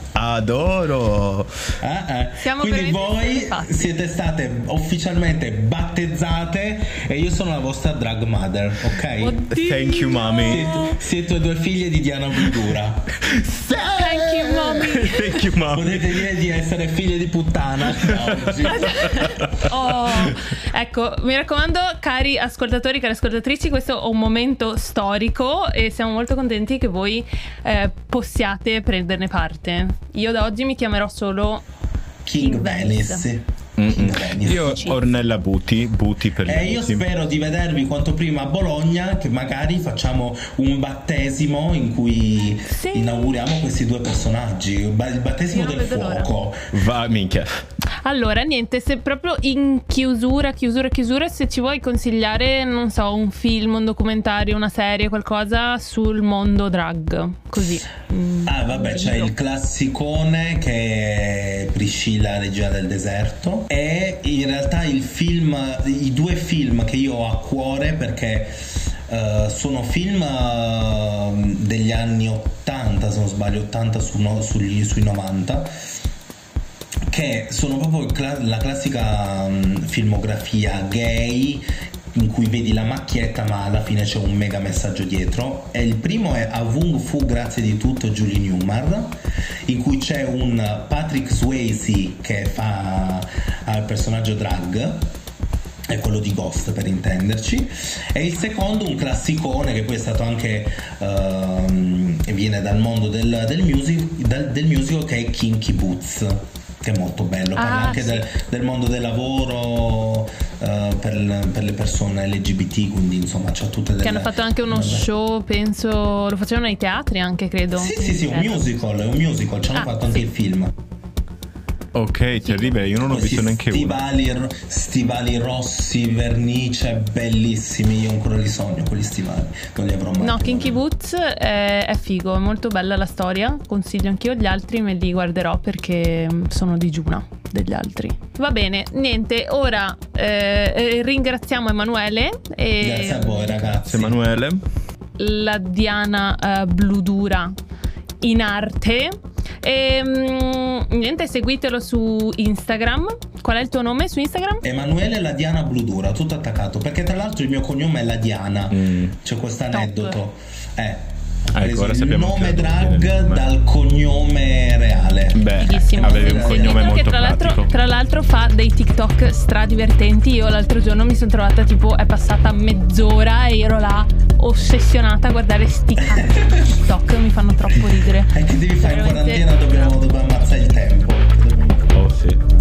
Adoro. Eh, eh. Siamo Quindi voi fatti. siete state ufficialmente battezzate e io sono la vostra drag mother, ok? Oddio. Thank you, mommy. Siete, siete due figlie di Diana Gudura. Thank you, mommy. Thank you, mommy. Potete dire di essere figlie di puttana oggi. Oh, ecco, mi raccomando, cari ascoltatori, cari ascoltatrici, questo è un momento storico e siamo molto contenti che voi eh, possiate prenderne parte. Io da oggi mi chiamerò solo King, King Venice. Venice. King Venice. Io Ornella Buti, Buti per E gli io amici. spero di vedervi quanto prima a Bologna, che magari facciamo un battesimo in cui Sì. inauguriamo questi due personaggi, il battesimo Io non del vedo l'ora. fuoco. Va, minchia. Allora, niente, se proprio in chiusura, chiusura, chiusura, se ci vuoi consigliare, non so, un film, un documentario, una serie, qualcosa sul mondo drag, così. Mm, Ah vabbè, c'è libro. il classicone che è Priscilla, regina del deserto, e in realtà il film, i due film che io ho a cuore perché uh, sono film uh, degli anni ottanta, se non sbaglio, ottanta su no, sugli, sui novanta, che sono proprio il cla- la classica um, filmografia gay in cui vedi la macchietta ma alla fine c'è un mega messaggio dietro. E il primo è A Wung Fu grazie di tutto Julie Newmar, in cui c'è un Patrick Swayze che fa il personaggio drag, è quello di Ghost per intenderci. E il secondo un classicone che poi è stato anche uh, viene dal mondo del, del, music, dal, del musical, che è Kinky Boots, che è molto bello, parla Ah, anche sì. del, del mondo del lavoro uh, per, per le persone L G B T, quindi insomma c'ha tutte delle... Che hanno fatto anche uno vabbè. show, penso, lo facevano nei teatri anche, credo. Sì, sì, sì, un musical, è un musical, ci hanno Ah, fatto anche sì. il film. Ok, terribile, io non ho Questi visto neanche uno. stivali, ro- stivali rossi, vernice, bellissimi, io ancora li sogno quegli stivali, non li avrò mai. No, Kinky Boots è, è figo, è molto bella la storia. Consiglio anch'io gli altri, me li guarderò perché sono digiuna degli altri. Va bene, niente, ora eh, eh, ringraziamo Emanuele e Grazie a voi ragazzi. Emanuele. la Diana eh, Bludura in arte. E mm, niente, seguitelo su Instagram. Qual è il tuo nome su Instagram? Emanuele La Diana Bludura, tutto attaccato, perché tra l'altro il mio cognome è La Diana. Mm. C'è questo aneddoto. Eh, Ah, ecco, ora il sappiamo nome anche da dove drag viene il nome. dal cognome reale. Beh, Fighissimo. avevi un Sì, cognome Dietro che molto tra l'altro, pratico. tra l'altro fa dei TikTok stradivertenti. Io l'altro giorno mi sono trovata tipo, è passata mezz'ora e ero là ossessionata a guardare sti cazzo di TikTok, mi fanno troppo ridere. È che devi fare in Veramente quarantena, dobbiamo, dobbiamo ammazzare il tempo. Oh sì.